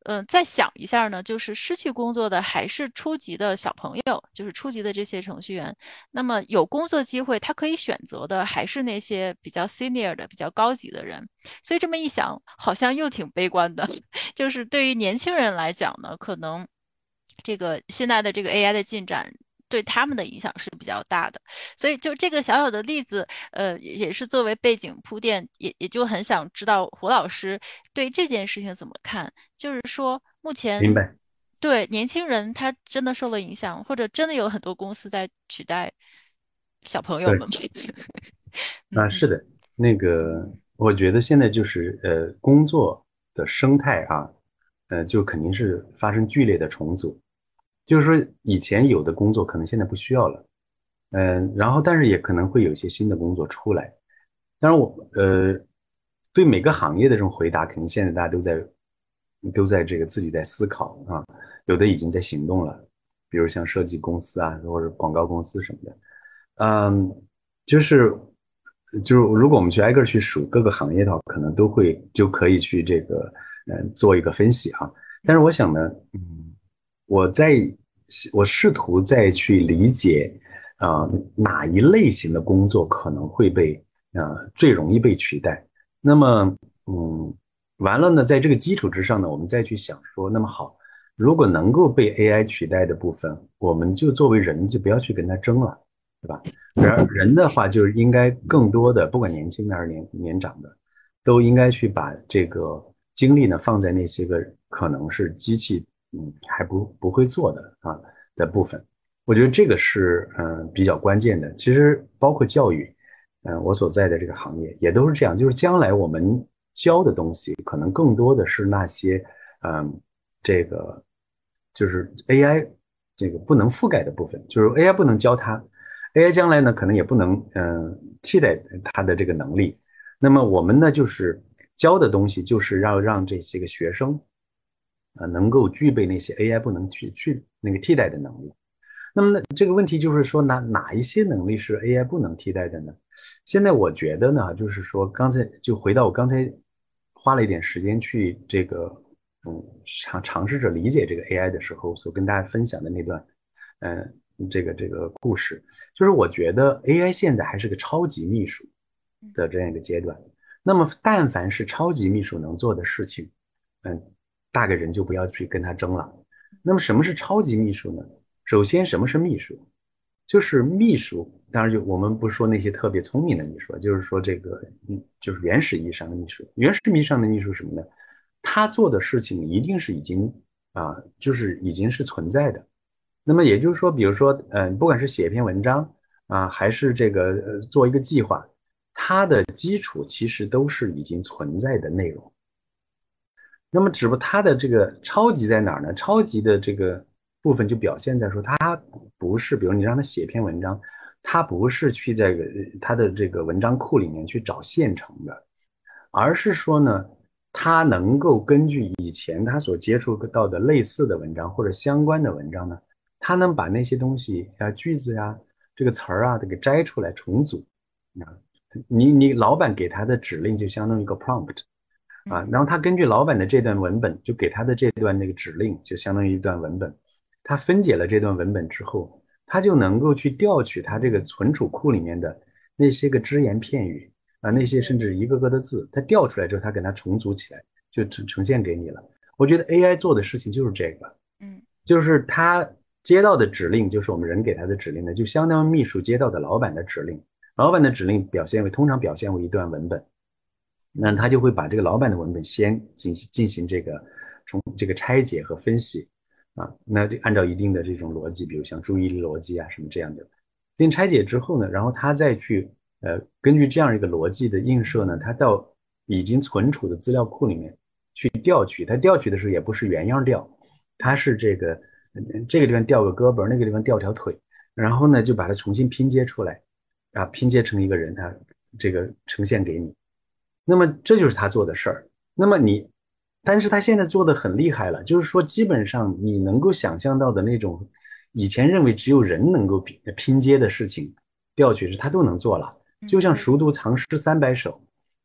嗯、呃再想一下呢，就是失去工作的还是初级的小朋友，就是初级的这些程序员。那么有工作机会，他可以选择的还是那些比较 senior 的、比较高级的人。所以这么一想，好像又挺悲观的。就是对于年轻人来讲呢，可能这个现在的这个 A I 的进展对他们的影响是比较大的。所以就这个小小的例子，呃，也是作为背景铺垫，也也就很想知道胡老师对这件事情怎么看。就是说，目前明白。 对年轻人他真的受了影响，或者真的有很多公司在取代小朋友们对。 吗？嗯啊， 嗯是的，那个，我觉得现在就是呃，工作的生态啊，呃，就肯定是发生剧烈的重组。就是说，以前有的工作可能现在不需要了，嗯、然后但是也可能会有一些新的工作出来。当然我呃，对每个行业的这种回答，肯定现在大家都在都在这个自己在思考啊，有的已经在行动了，比如像设计公司啊，或者广告公司什么的。嗯，就是就是，如果我们去挨个儿去数各个行业的话，可能都会就可以去这个呃做一个分析哈。但是我想呢，嗯，我在我试图再去理解啊、呃哪一类型的工作可能会被啊、呃最容易被取代。那么嗯，完了呢，在这个基础之上呢，我们再去想说，那么好，如果能够被 A I 取代的部分，我们就作为人就不要去跟他争了，对吧？然而人的话，就是应该更多的，不管年轻的还是年年长的，都应该去把这个精力呢放在那些个可能是机器嗯还不不会做的啊的部分。我觉得这个是嗯、呃比较关键的。其实包括教育，嗯、呃我所在的这个行业也都是这样，就是将来我们教的东西可能更多的是那些嗯、呃这个就是 A I 这个不能覆盖的部分，就是 A I 不能教它。A I 将来呢，可能也不能嗯、呃替代它的这个能力。那么我们呢，就是教的东西，就是要让这些个学生啊、呃能够具备那些 A I 不能去去那个替代的能力。那么呢，这个问题就是说哪哪一些能力是 A I 不能替代的呢？现在我觉得呢，就是说刚才就回到我刚才花了一点时间去这个嗯尝尝试着理解这个 A I 的时候，所跟大家分享的那段嗯这个这个故事，就是我觉得 A I 现在还是个超级秘书的这样一个阶段。那么但凡是超级秘书能做的事情，嗯，大概人就不要去跟他争了。那么什么是超级秘书呢？首先，什么是秘书？就是秘书，当然就我们不说那些特别聪明的秘书，就是说这个，嗯，就是原始意义上的秘书。原始意义上的秘书是什么呢？他做的事情一定是已经啊，就是已经是存在的。那么也就是说，比如说，嗯，不管是写一篇文章啊，还是这个呃做一个计划，它的基础其实都是已经存在的内容。那么，只不过它的这个超级在哪儿呢？超级的这个部分就表现在说，它不是，比如你让他写一篇文章，他不是去这个他的这个文章库里面去找现成的，而是说呢，他能够根据以前他所接触到的类似的文章或者相关的文章呢，他能把那些东西啊、句子呀、这个词儿啊，都给摘出来重组。啊，你你老板给他的指令就相当于一个 prompt。啊，然后他根据老板的这段文本，就给他的这段那个指令，就相当于一段文本。他分解了这段文本之后，他就能够去调取他这个存储库里面的那些个只言片语啊，那些甚至一个个的字，他调出来之后，他给它重组起来，就呈呈现给你了。我觉得 A I 做的事情就是这个， 嗯就是他接到的指令，就是我们人给他的指令呢，就相当于秘书接到的老板的指令。老板的指令表现为通常表现为一段文本。那他就会把这个老板的文本先进行进行这个从这个拆解和分析啊，那就按照一定的这种逻辑，比如像注意力逻辑啊什么这样的，进行拆解之后呢，然后他再去呃根据这样一个逻辑的映射呢，他到已经存储的资料库里面去调取，他调取的时候也不是原样调，他是这个这个地方调个胳膊，那个地方调条腿，然后呢就把它重新拼接出来啊，拼接成一个人，他这个呈现给你。那么这就是他做的事儿。那么你，但是他现在做的很厉害了，就是说基本上你能够想象到的那种以前认为只有人能够拼拼接的事情，调取是他都能做了。就嗯像熟读唐诗三百首，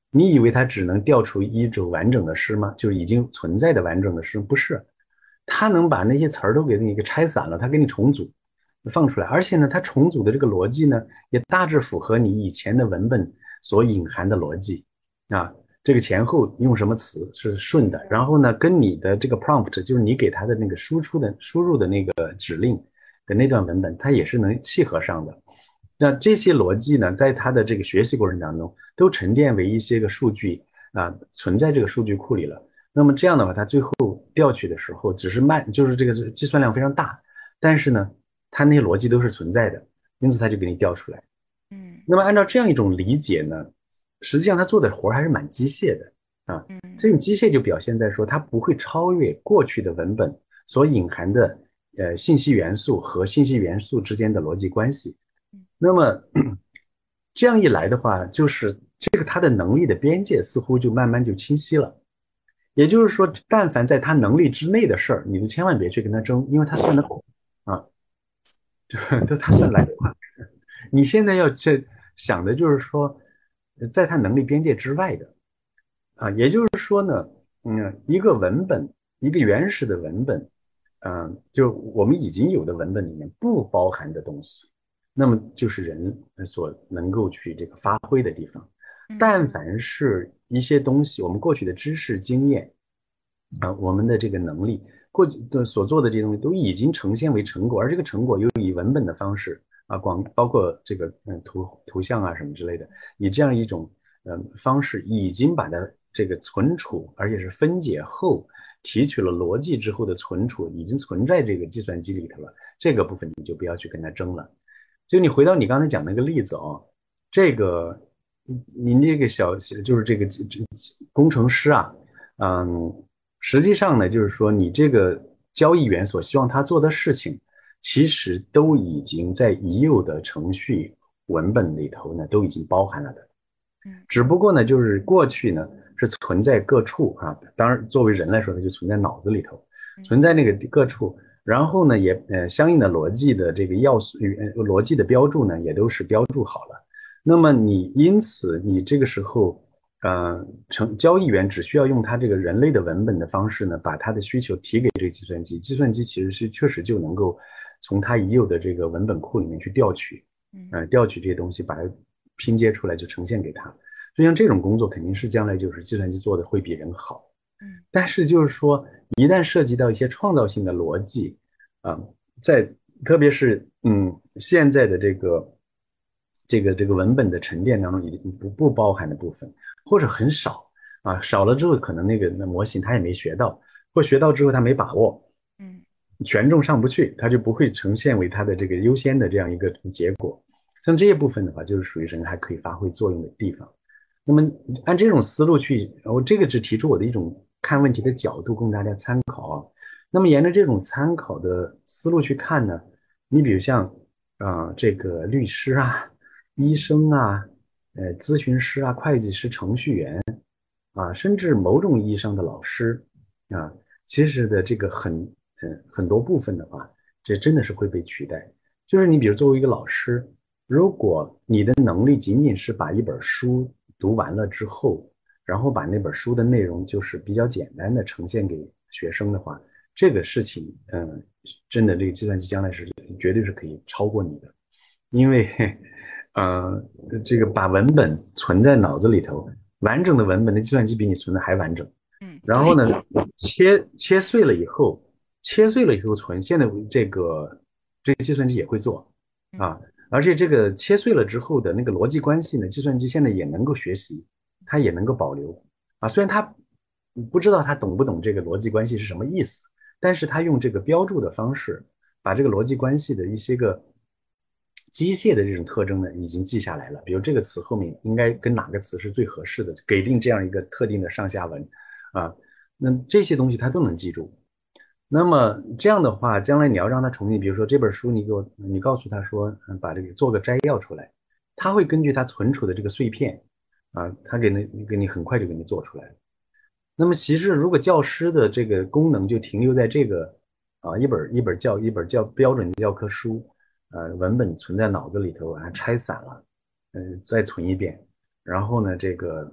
你以为它只能调出一组完整的诗吗？就是已经存在的完整的诗？不是，它能把那些词儿都给你给拆散了，它给你重组放出来，而且呢，它重组的这个逻辑呢，也大致符合你以前的文本所隐含的逻辑啊。这个前后用什么词是顺的，然后呢，跟你的这个 prompt，就是你给它的那个输出的输入的那个指令的那段文本，它也是能契合上的。那这些逻辑呢，在它的这个学习过程当中，都沉淀为一些个数据啊，存在这个数据库里了。那么这样的话，它最后调取的时候，只是慢，就是这个计算量非常大，但是呢，它那些逻辑都是存在的，因此它就给你调出来。 嗯那么按照这样一种理解呢，实际上它做的活还是蛮机械的啊。这嗯种机械就表现在说，它不会超越过去的文本所隐含的呃信息元素和信息元素之间的逻辑关系。 嗯那么这样一来的话，就是这个它的能力的边界似乎就慢慢就清晰了。也就是说，但凡在他能力之内的事儿，你就千万别去跟他争，因为他算得快啊，就是都他算来得快。你现在要去想的就是说，在他能力边界之外的啊，也就是说呢，嗯，一个文本，一个原始的文本，嗯，就我们已经有的文本里面不包含的东西，那么就是人所能够去这个发挥的地方。 嗯但凡是一些东西，我们过去的知识经验啊，我们的这个能力，过去的所做的这些东西都已经呈现为成果，而这个成果又以文本的方式啊，广包括这个嗯图图像啊什么之类的，以这样一种嗯方式，已经把它这个存储，而且是分解后提取了逻辑之后的存储，已经存在这个计算机里头了。这个部分你就不要去跟他争了。就你回到你刚才讲那个例子哦，这个您这个小就是这个这工程师啊，嗯，实际上呢，就是说你这个交易员所希望他做的事情，其实都已经在已有的程序文本里头呢都已经包含了的。 嗯只不过呢，就是过去呢是存在各处啊，当然作为人来说，它就存在脑子里头， 嗯存在那个各处。然后呢，也呃相应的逻辑的这个要素，呃逻辑的标注呢，也都是标注好了。那么你因此你这个时候，呃，成交易员只需要用他这个人类的文本的方式呢，把他的需求提给这个计算机，计算机其实是确实就能够从它已有的这个文本库里面去调取， 嗯呃，调取这些东西，把它拼接出来，就呈现给他。所以像这种工作肯定是将来就是计算机做的会比人好。 嗯但是就是说，一旦涉及到一些创造性的逻辑，啊，在特别是嗯现在的这个这个这个文本的沉淀当中，已经不不包含的部分，或者很少啊，少了之后，可能那个那模型它也没学到，或学到之后它没把握， 嗯权重上不去，它就不会呈现为它的这个优先的这样一个结果。像这些部分的话，就是属于人还可以发挥作用的地方。那么按这种思路去，我这个只提出我的一种看问题的角度供大家参考啊。那么沿着这种参考的思路去看呢，你比如像啊、呃这个律师啊、医嗯生啊、呃咨询师啊、会计师、程序员啊，甚至某种意义上的老师啊，其实的这个很嗯很多部分的话，这真的是会被取代。就是你比如作为一个老师，如果你的能力仅仅是把一本书读完了之后，然后把那本书的内容就是比较简单的呈现给学生的话，这个事情，嗯，真的这个计算机将来是绝对是可以超过你的，因为，呃，这个把文本存在脑子里头，完整的文本的计算机比你存的还完整。 嗯，对， 然后呢，切切碎了以后，切碎了以后存，现在这个这个计算机也会做嗯啊，而且这个切碎了之后的那个逻辑关系呢，计算机现在也能够学习，它也能够保留啊。虽然它不知道它懂不懂这个逻辑关系是什么意思，但是它用这个标注的方式，把这个逻辑关系的一些个机械的这种特征呢，已经记下来了。比如这个词后面应该跟哪个词是最合适的，给定这样一个特定的上下文啊，那这些东西它都能记住。那么这样的话，将来你要让他重新，比如说这本书，你给我，你告诉他说，嗯，把这个做个摘要出来，他会根据他存储的这个碎片，啊，他给你给你很快就给你做出来了。那么其实如果教师的这个功能就停留在这个啊一本一本教一本教标准教科书，呃，文本存在脑子里头，把它拆散了，嗯、再存一遍，然后呢，这个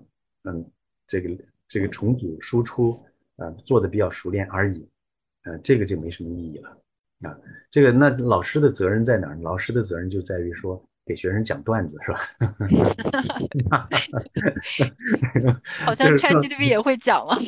嗯，这个这个重组输出呃做的比较熟练而已，呃，这个就没什么意义了啊。这个那老师的责任在哪儿？老师的责任就在于说给学生讲段子是吧？ 好像就是说 ChatGPT 也会讲了。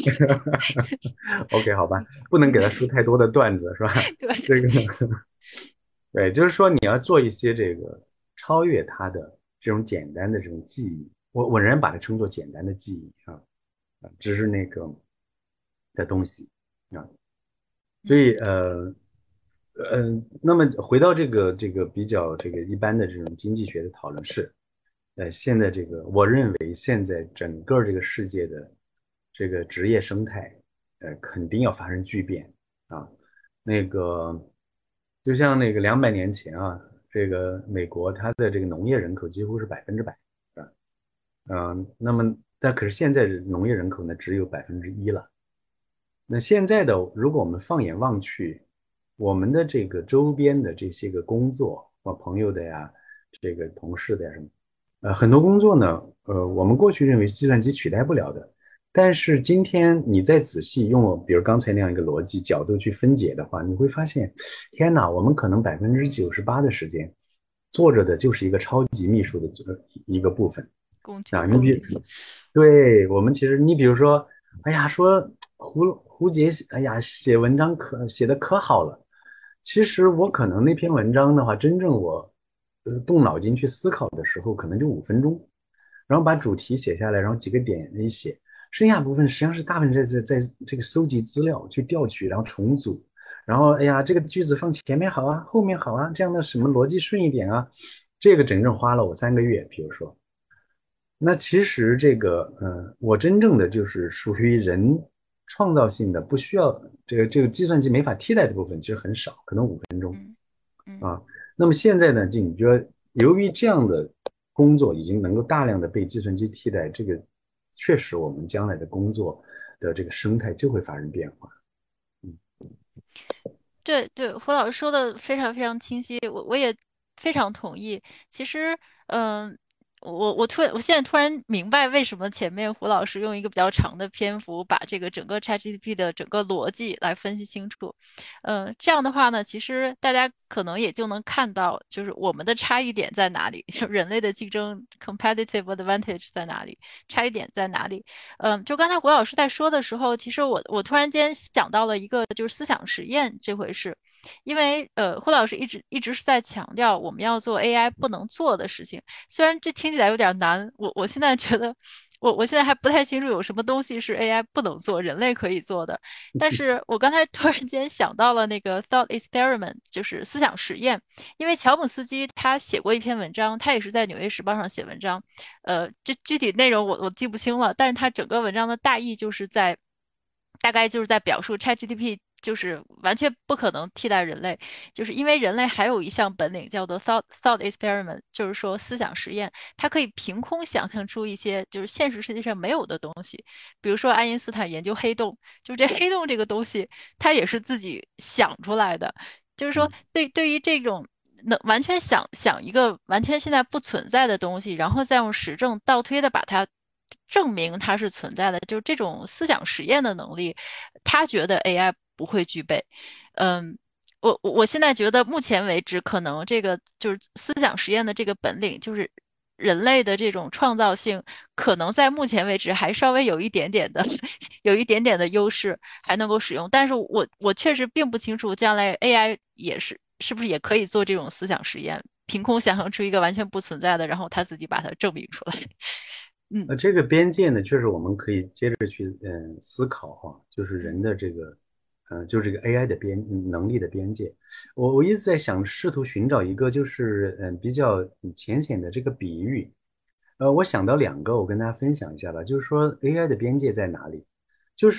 ，OK，好吧，不能给他输太多的段子是吧？ 对， 这个对，就是说你要做一些这个超越他的这种简单的这种记忆，我我仍然把它称作简单的记忆啊，啊只是那个的东西啊。所嗯以呃呃，那么回到这个这个比较这个一般的这种经济学的讨论是，呃，现在这个我认为现在整个这个世界的这个职业生态，呃，肯定要发生巨变啊。那个就像那个两百年前啊，这个美国它的这个农业人口几乎是百分之百，啊，嗯，那么但可是现在农业人口呢只有百分之一了。那现在的，如果我们放眼望去，我们的这个周边的这些个工作，我朋友的呀，这个同事的呀什么，呃，很多工作呢，呃，我们过去认为计算机取代不了的，但是今天你再仔细用我，比如刚才那样一个逻辑角度去分解的话，你会发现，天哪，我们可能百分之九十八的时间做着的就是一个超级秘书的呃一个部分。 工具啊，你人。 比，对，我们其实，你比如说，哎呀，说胡胡杰，哎呀，写文章可写的可好了。其实我可能那篇文章的话，真正我呃动脑筋去思考的时候，可能就五分钟，然后把主题写下来，然后几个点一写，剩下部分实际上是大部分在在在这个收集资料，去调取，然后重组，然后哎呀，这个句子放前面好啊，后面好啊，这样的什么逻辑顺一点啊，这个整整花了我三个月，比如说。那其实这个，嗯，我真正的就是属于人创造性的，不需要这个这个计算机没法替代的部分，其实很少，可能五分钟嗯嗯。 啊。那么现在呢，就你觉得，由于这样的工作已经能够大量的被计算机替代，这个确实我们将来的工作的这个生态就会发生变化。嗯， 对对，胡老师说的非常非常清晰，我我也非常同意。其实，嗯、我我突然我现在突然明白为什么前面胡老师用一个比较长的篇幅把这个整个 ChatGPT 的整个逻辑来分析清楚。嗯、这样的话呢，其实大家可能也就能看到，就是我们的差异点在哪里，就人类的竞争 competitive advantage 在哪里，差异点在哪里。嗯，就刚才胡老师在说的时候，其实我我突然间想到了一个就是思想实验这回事，因为呃胡老师一直一直是在强调我们要做 A I 不能做的事情，虽然这听起来有点难，我我现在觉得我我现在还不太清楚有什么东西是 A I 不能做，人类可以做的，但是我刚才突然间想到了那个 thought experiment，就是思想实验，因为乔姆斯基他写过一篇文章，他也是在《纽约时报》上写文章。呃，这具体内容我我记不清了，但是它整个文章的大意就是在，大概就是在表述 ChatGPT 就是完全不可能替代人类，就是因为人类还有一项本领叫做 thought thought experiment，就是说思想实验，它可以凭空想象出一些就是现实世界上没有的东西，比如说爱因斯坦研究黑洞，就这黑洞这个东西，它也是自己想出来的。就是说，对对于这种能完全想想一个完全现在不存在的东西，然后再用实证倒推的把它证明它是存在的，就是这种思想实验的能力，他觉得 A I 不会具备。嗯，我我我现在觉得目前为止，可能这个就是思想实验的这个本领，就是人类的这种创造性，可能在目前为止还稍微有一点点的有一点点的优势，还能够使用。但是我我确实并不清楚将来 A I 也是是不是也可以做这种思想实验，凭空想象出一个完全不存在的，然后他自己把它证明出来。嗯那这个边界呢，确实我们可以接着去嗯思考哈，就是人嗯的这个，嗯，就是这个 A I 的边能力的边界。我我一直在想，试图寻找一个就是嗯比较浅显的这个比喻。呃，我想到两个，我跟大家分享一下吧。就是说 A I 的边界在哪里？就是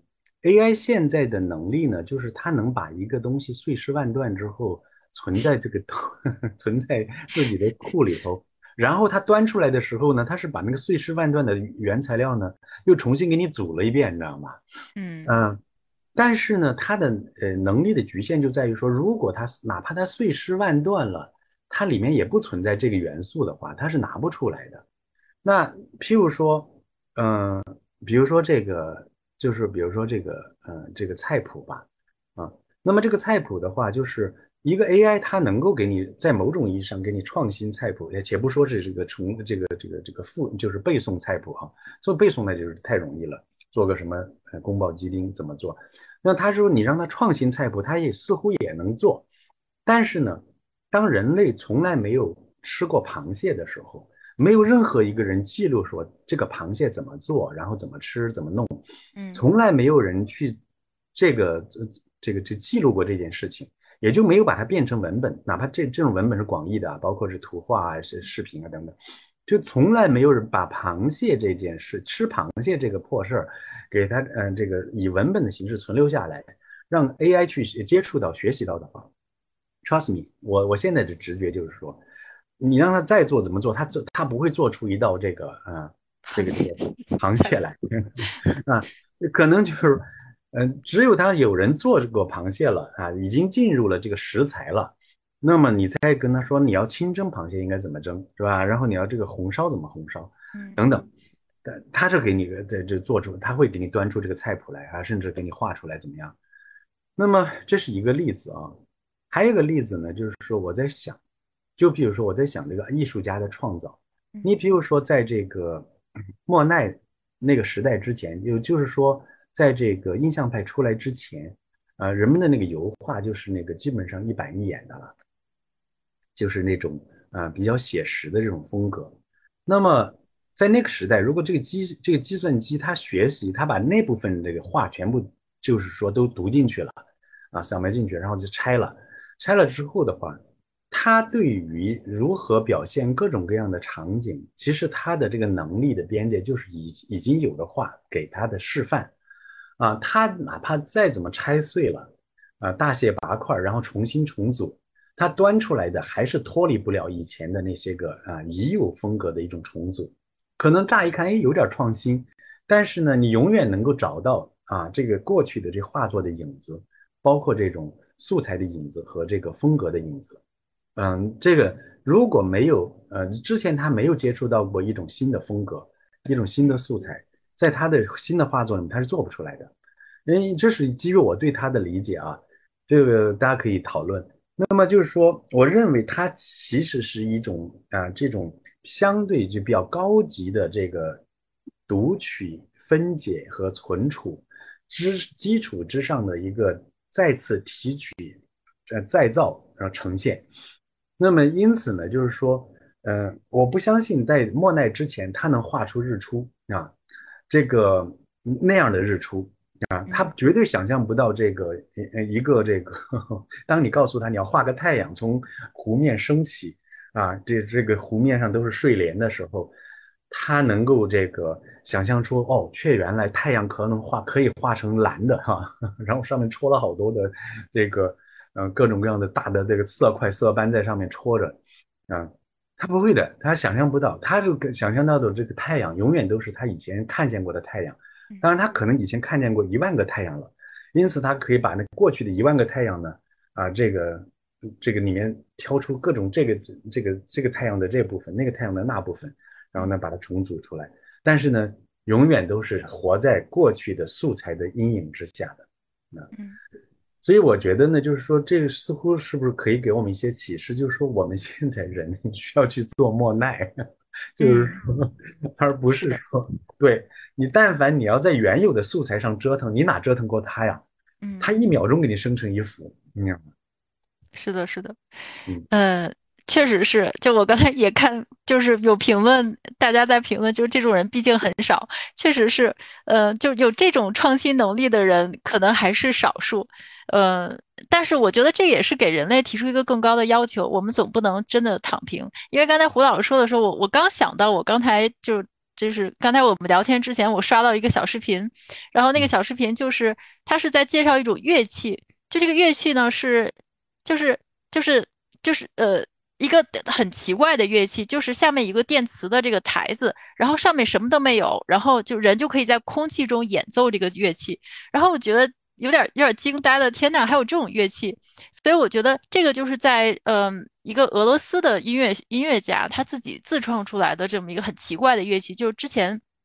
A I 现在的能力呢，就是它能把一个东西碎尸万段之后，存在这个存在自己的库里头。然后它端出来的时候呢，它是把那个碎尸万段的原材料呢，又重新给你组了一遍，你知道吗？ 嗯嗯，但是呢，它的呃能力的局限就在于说，如果它哪怕它碎尸万段了，它里面也不存在这个元素的话，它是拿不出来的。那譬如说。 嗯、呃比如说这个，就是比如说这个，呃，这个菜谱吧，啊，那么这个菜谱的话，就是一个 A I，它能够给你在某种意义上给你创新菜谱，也且不说是这个重这个这个这个复就是背诵菜谱哈，做背诵那就是太容易了，做个什么呃宫保鸡丁怎么做？那他说你让他创新菜谱，他也似乎也能做，但是呢，当人类从来没有吃过螃蟹的时候，没有任何一个人记录说这个螃蟹怎么做，然后怎么吃，怎么弄， 嗯从来没有人去这个呃这个这记录过这件事情，也就没有把它变成文本，哪怕这这种文本是广义的啊，包括是图画啊、是视频啊等等，就从来没有人把螃蟹这件事，吃螃蟹这个破事儿，给它嗯、呃、这个以文本的形式存留下来，让 A I 去接触到、学习到的话。Trust me，我我现在的直觉就是说，你让他再做怎么做，他做他不会做出一道这个啊、这螃蟹个这个螃菜谱。 蟹来啊，可能就是，嗯、呃只有他有人做过螃蟹了啊，已经进入了这个食材了，那么你再跟他说你要清蒸螃蟹应该怎么蒸，是吧？然后你要这个红烧怎么红烧， 嗯等等，但他是给你这这做出，他会给你端出这个菜谱来啊，甚至给你画出来怎么样？那么这是一个例子啊，还有一个例子呢，就是说我在想，就比如说我在想这个艺术家的创造， 嗯你比如说在这个嗯莫奈那个时代之前，也就是说在这个印象派出来之前，啊、人们的那个油画就是那个基本上一板一眼的了。就是那种啊、呃比较写实的这种风格。那么在那个时代，如果这个机这个计算机它学习，它把那部分这个话全部就是说都读进去了啊，扫描进去，然后就拆了，拆了之后的话，它对于如何表现各种各样的场景，其实它的这个能力的边界就是已已经有的话给它的示范啊，它哪怕再怎么拆碎了啊，大卸八块，然后重新重组。它端出来的还是脱离不了以前的那些个啊已有风格的一种重组，可能乍一看，哎，有点创新，但是呢，你永远能够找到啊这个过去的这画作的影子，包括这种素材的影子和这个风格的影子。嗯，这个如果没有呃之前他没有接触到过一种新的风格，一种新的素材，在他的新的画作里面他是做不出来的。因为这是基于我对他的理解啊，这个大家可以讨论。那么就是说，我认为它其实是一种啊、这种相对就比较高级的这个读取、分解和存储之基础之上的一个再次提取、呃再造然后呈现。那么因此呢，就是说，呃，我不相信在莫奈之前他能画出日出啊，这个那样的日出。啊，他嗯绝对想象不到这个呃一个这个，当你告诉他你要画个太阳从湖面升起啊，这这个湖面上都是睡莲的时候，他能够这个想象出哦，却原来太阳可能画可以画成蓝的哈，然后上面戳了好多的这个呃各种各样的大的这个色块色斑在上面戳着啊，他不会的，他想象不到，他就想象到的这个太阳永远都是他以前看见过的太阳。 嗯当然，他可能以前看见过一万个太阳了，因此他可以把那过去的一万个太阳呢，啊，这个这个里面挑出各种这个这个这个太阳的这部分，那个太阳的那部分，然后嗯呢把它重组出来。但是呢，永远都是活在过去的素材的阴影之下的。啊， 嗯所以我觉得呢，就是说，这个似乎是不是可以给我们一些启示？就是说，我们现在人需要去做莫奈，就是嗯， 说，而不是的。 是说，对你，但凡你要在原有的素材上折腾，你哪折腾过他呀？ 嗯。 他一秒钟给你生成一幅，你知道吗？ 是的，是的， 嗯呃，确实是。就我刚才也看，就是有评论，大家在评论，就是这种人毕竟很少，确实是，呃，就有这种创新能力的人可能还是少数，呃，但是我觉得这也是给人类提出一个更高的要求，我们总不能真的躺平。因为刚才胡老师说的时候，我我刚想到，我刚才就就是刚才我们聊天之前，我刷到一个小视频，然后那个嗯小视频就是他是在介绍一种乐器。就这个乐器呢是就是就是就是呃一个很奇怪的乐器，就是下面一个电磁的这个台子，然后上面什么都没有，然后就人就可以在空气中演奏这个乐器，然后我觉得有点有点惊呆了，天呐，还有这种乐器，所以我觉得这个就是在嗯、一个俄罗斯的音乐音乐家他自己自创出来的这么一个很奇怪的乐器，就是之前。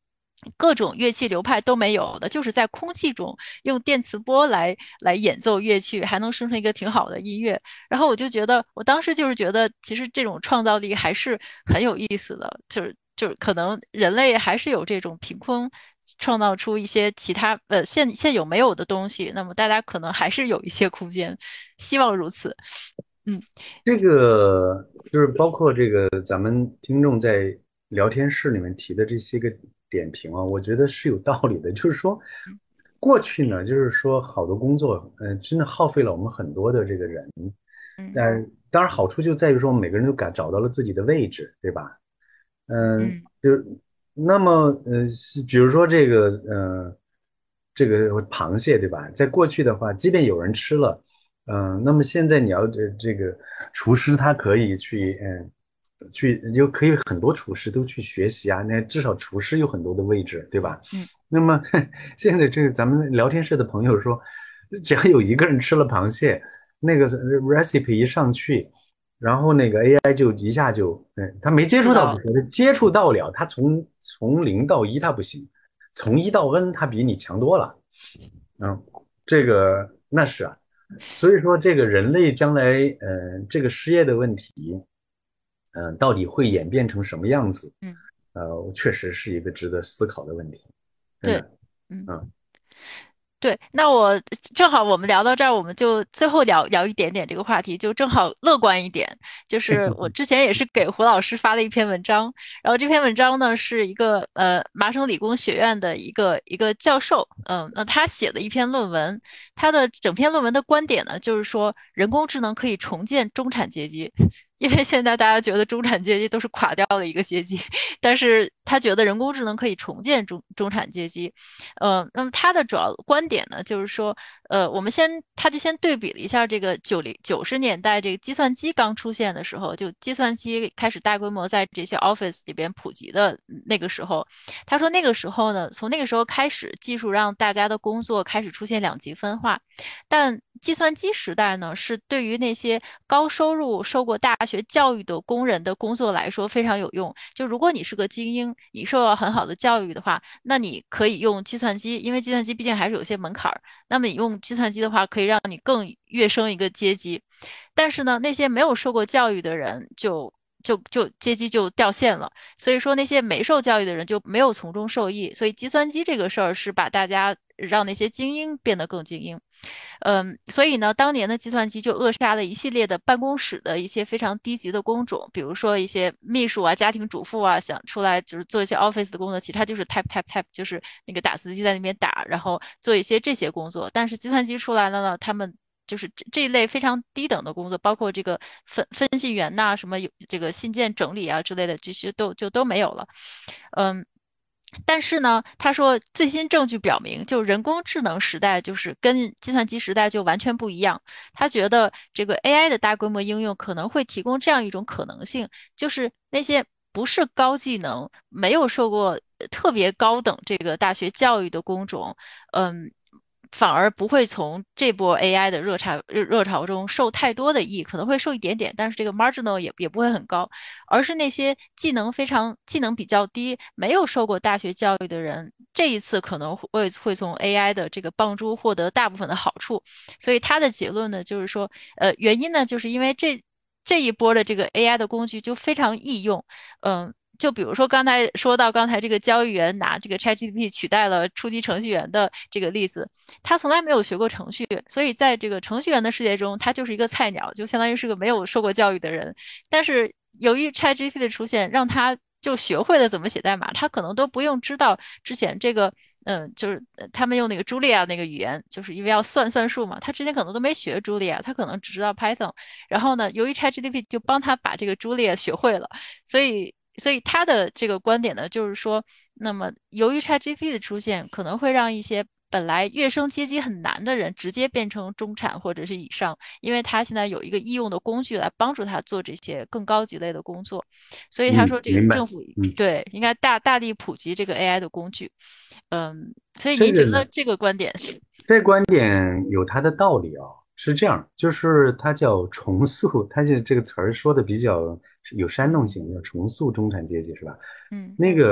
各种乐器流派都没有的，就是在空气中用电磁波来来演奏乐曲，还能生成一个挺好的音乐。然后我就觉得，我当时就是觉得，其实这种创造力还是很有意思的，就是就是可能人类还是有这种凭空创造出一些其他呃现现有没有的东西，那么大家可能还是有一些空间，希望如此。嗯这个就是包括这个咱们听众在聊天室里面提的这些个点评啊，我觉得是有道理的。就是说， 嗯过去呢，就是说好多工作，嗯、真的耗费了我们很多的这个人。 嗯但当然好处就在于说，每个人都感找到了自己的位置，对吧？嗯， 嗯就那么，呃，是比如说这个，呃，这个螃蟹，对吧？在过去的话，即便有人吃了，嗯、那么现在你要这这个厨师他可以去，嗯、去又可以很多厨师都去学习啊，那至少厨师有很多的位置，对吧？ 嗯， 那么现在这个咱们聊天室的朋友说，只要有一个人吃了螃蟹，那个 recipe 一上去。然后那个 A I 就一下就，嗯，他没接触到不说， 知道了。 他接触到了，他从从零到一他不行，从一到 N 他比你强多了，嗯，这个那是啊，所以说这个人类将来，呃，这个失业的问题，嗯、到底会演变成什么样子？ 嗯， 呃，确实是一个值得思考的问题，真对。 的， 嗯。 嗯， 对，那我正好我们聊到这儿，我们就最后聊聊一点点这个话题，就正好乐观一点。就是我之前也是给胡老师发了一篇文章，然后这篇文章呢是一个呃麻省理工学院的一个一个教授，嗯、那他写的一篇论文，他的整篇论文的观点呢就是说人工智能可以重建中产阶级。因为现在大家觉得中产阶级都是垮掉的一个阶级，但是他觉得人工智能可以重建中中产阶级，呃，那么他的主要观点呢，就是说，呃，我们先，他就先对比了一下这个九零九十年代这个计算机刚出现的时候，就计算机开始大规模在这些 office 里边普及的那个时候，他说那个时候呢，从那个时候开始，技术让大家的工作开始出现两极分化，但计算机时代呢，是对于那些高收入、受过大学教育的工人的工作来说非常有用。就如果你是个精英，你受到很好的教育的话，那你可以用计算机，因为计算机毕竟还是有些门槛儿。那么你用计算机的话，可以让你更跃升一个阶级。但是呢，那些没有受过教育的人就就就阶级就掉线了。所以说那些没受教育的人就没有从中受益。所以计算机这个事儿是把大家让那些精英变得更精英。嗯，所以呢，当年的计算机就扼杀了一系列的办公室的一些非常低级的工种，比如说一些秘书啊、家庭主妇啊，想出来就是做一些 office 的工作，其实他就是 type type type，就是那个打字机在那边打，然后做一些这些工作。但是计算机出来了呢，他们就是这这一类非常低等的工作，包括这个分分析员呐、什么有这个信件整理啊之类的，这些都就都没有了。嗯，但是呢，他说最新证据表明，就人工智能时代就是跟计算机时代就完全不一样。他觉得这个 A I 的大规模应用可能会提供这样一种可能性，就是那些不是高技能、没有受过呃特别高等这个大学教育的工种，嗯。反而不会从这波 A I 的热潮热热潮中受太多的益，可能会受一点点，但是这个 marginal 也也不会很高。而是那些技能非常技能比较低、没有受过大学教育的人，这一次可能会会从 A I 的这个帮助获得大部分的好处。所以他的结论呢，就是说，呃，原因呢，就是因为这这一波的这个 A I 的工具就非常易用，嗯。就比如说刚才说到刚才这个交易员拿这个 ChatGPT 取代了初级程序员的这个例子，他从来没有学过程序，所以在这个程序员的世界中，他就是一个菜鸟，就相当于是个没有受过教育的人。但是由于 ChatGPT 的出现，让他就学会了怎么写代码，他可能都不用知道之前这个，嗯，就是呃他们用那个 Julia 那个语言，就是因为要算算数嘛，他之前可能都没学 Julia，他可能只知道 Python。然后呢，由于 ChatGPT 就帮他把这个 Julia 学会了，所以。所以他的这个观点呢，就是说，那么由于 ChatGPT 的出现，可能会让一些本来跃升阶级很难的人，直接变成中产或者是以上，因为他现在有一个易用的工具来帮助他做这些更高级类的工作，所以他嗯， 说这个明白， 政府嗯， 对应该大大力普及这个 A I 的工具，嗯，所以您觉这个呢。 得这个观点？ 这观点有它的道理啊，是这样，就是它叫重塑，它就这个词儿说的比较有煽动性，叫重塑中产阶级是吧？ 嗯那个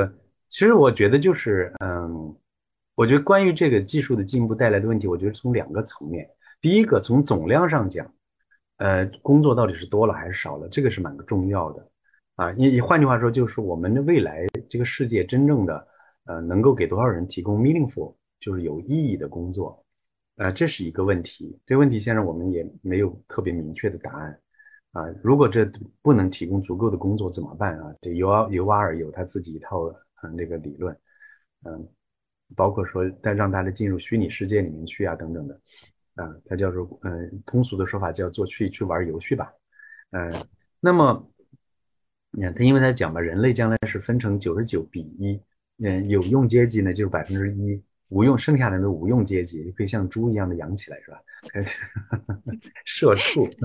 其实我觉得就是，嗯，我觉得关于这个技术的进步带来的问题，我觉得从两个层面。第一个，从总量上讲，呃，工作到底是多了还是少了，这个是蛮重要的啊。你换句话说，就是我们的未来这个世界真正的，呃，能够给多少人提供 meaningful，就是有意义的工作，呃，这是一个问题。这个问题现在我们也没有特别明确的答案。啊，如果这不能提供足够的工作怎么办啊？这尤瓦尤瓦尔有他自己一套嗯那个理论，嗯，包括说再让大家进入虚拟世界里面去啊等等的，啊，他叫做嗯通俗的说法叫做去去玩游戏吧，嗯，那么你看他因为他讲吧，人类将来是分成九十九比一，嗯，有用阶级呢就是百分之一，无用剩下的都无用阶级，可以像猪一样的养起来是吧？开始社畜。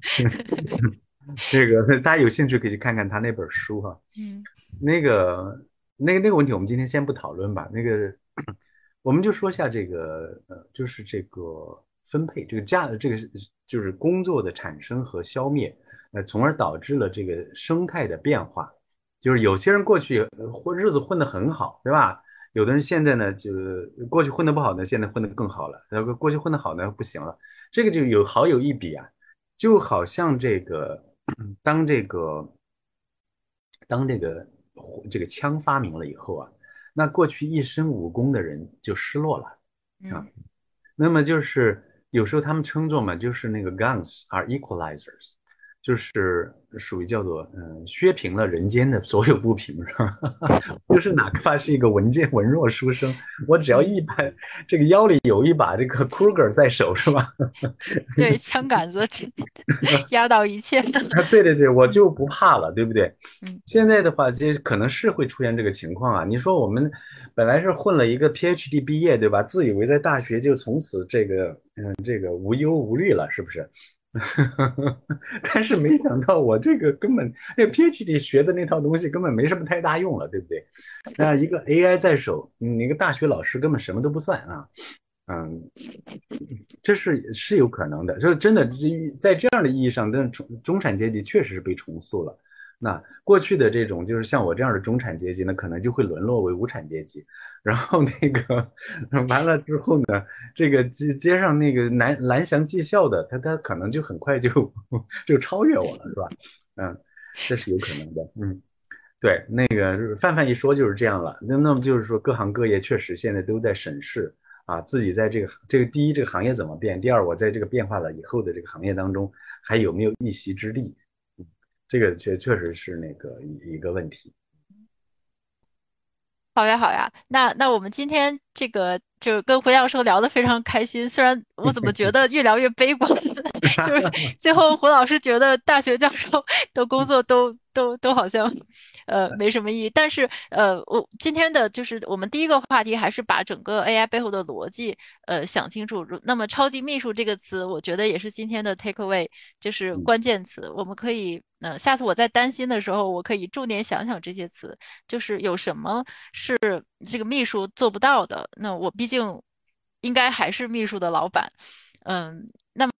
这个大家有兴趣可以去看看他那本书哈。 嗯那个那个那个问题，我们今天先不讨论吧。那个我们就说一下这个呃，就是这个分配，这个价，这个就是工作的产生和消灭，呃，从而导致了这个生态的变化。就是有些人过去呃混日子混得很好，对吧？有的人现在呢，就过去混得不好呢，现在混得更好了。然后过去混得好呢，不行了。这个就有好有一比啊。就好像这个，当这个当这个这个枪发明了以后啊，那过去一身武功的人就失落了啊。 嗯那么就是有时候他们称作嘛，就是那个 guns are equalizers，就是属于叫做嗯削平了人间的所有不平，是吧？就是哪怕是一个文件文弱书生，我只要嗯， 一把这个腰里有一把这个 Kruger 在手，是吧？ 对，枪杆子压倒一切。 啊，对对对，我嗯就不怕了，对不对？ 嗯现在的话，这可能是会出现这个情况啊。你说我们本来是混了一个 PhD 毕业，对吧？自以为在大学就从此这个嗯这个无忧无虑了，是不是？但是没想到我这个根本那个 PhD 学的那套东西根本没什么太大用了，对不对？那一个 A I 在手，你一个大学老师根本什么都不算啊。嗯，这是是有可能的，就是真的，在这样的意义上，但中中产阶级确实是被重塑了。那过去的这种，就是像我这样的中产阶级呢，可能就会沦落为无产阶级。然后那个完了之后呢，这个街街上那个蓝蓝翔技校的，他他可能就很快就就超越我了，是吧？嗯，这是有可能的。嗯。对，那个泛泛一说就是这样了。那那么就是说，各行各业确实现在都在审视啊，自己在这个这个第一这个行业怎么变，第二我在这个变化了以后的这个行业当中还有没有一席之地，这个确确实是那个一一个问题。 好呀，好呀，那那我们今天这个就跟胡教授聊得非常开心，虽然我怎么觉得越聊越悲观，就是最后胡老师觉得大学教授的工作都都都好像呃没什么意义，但是呃我今天的就是我们第一个话题还是把整个 A I 背后的逻辑呃想清楚。如那么超级秘书这个词，我觉得也是今天的 take away，就是嗯关键词，我们可以。呃，下次我在担心的时候，我可以重点想想这些词，就是有什么是这个秘书做不到的。那我毕竟应该还是秘书的老板，嗯，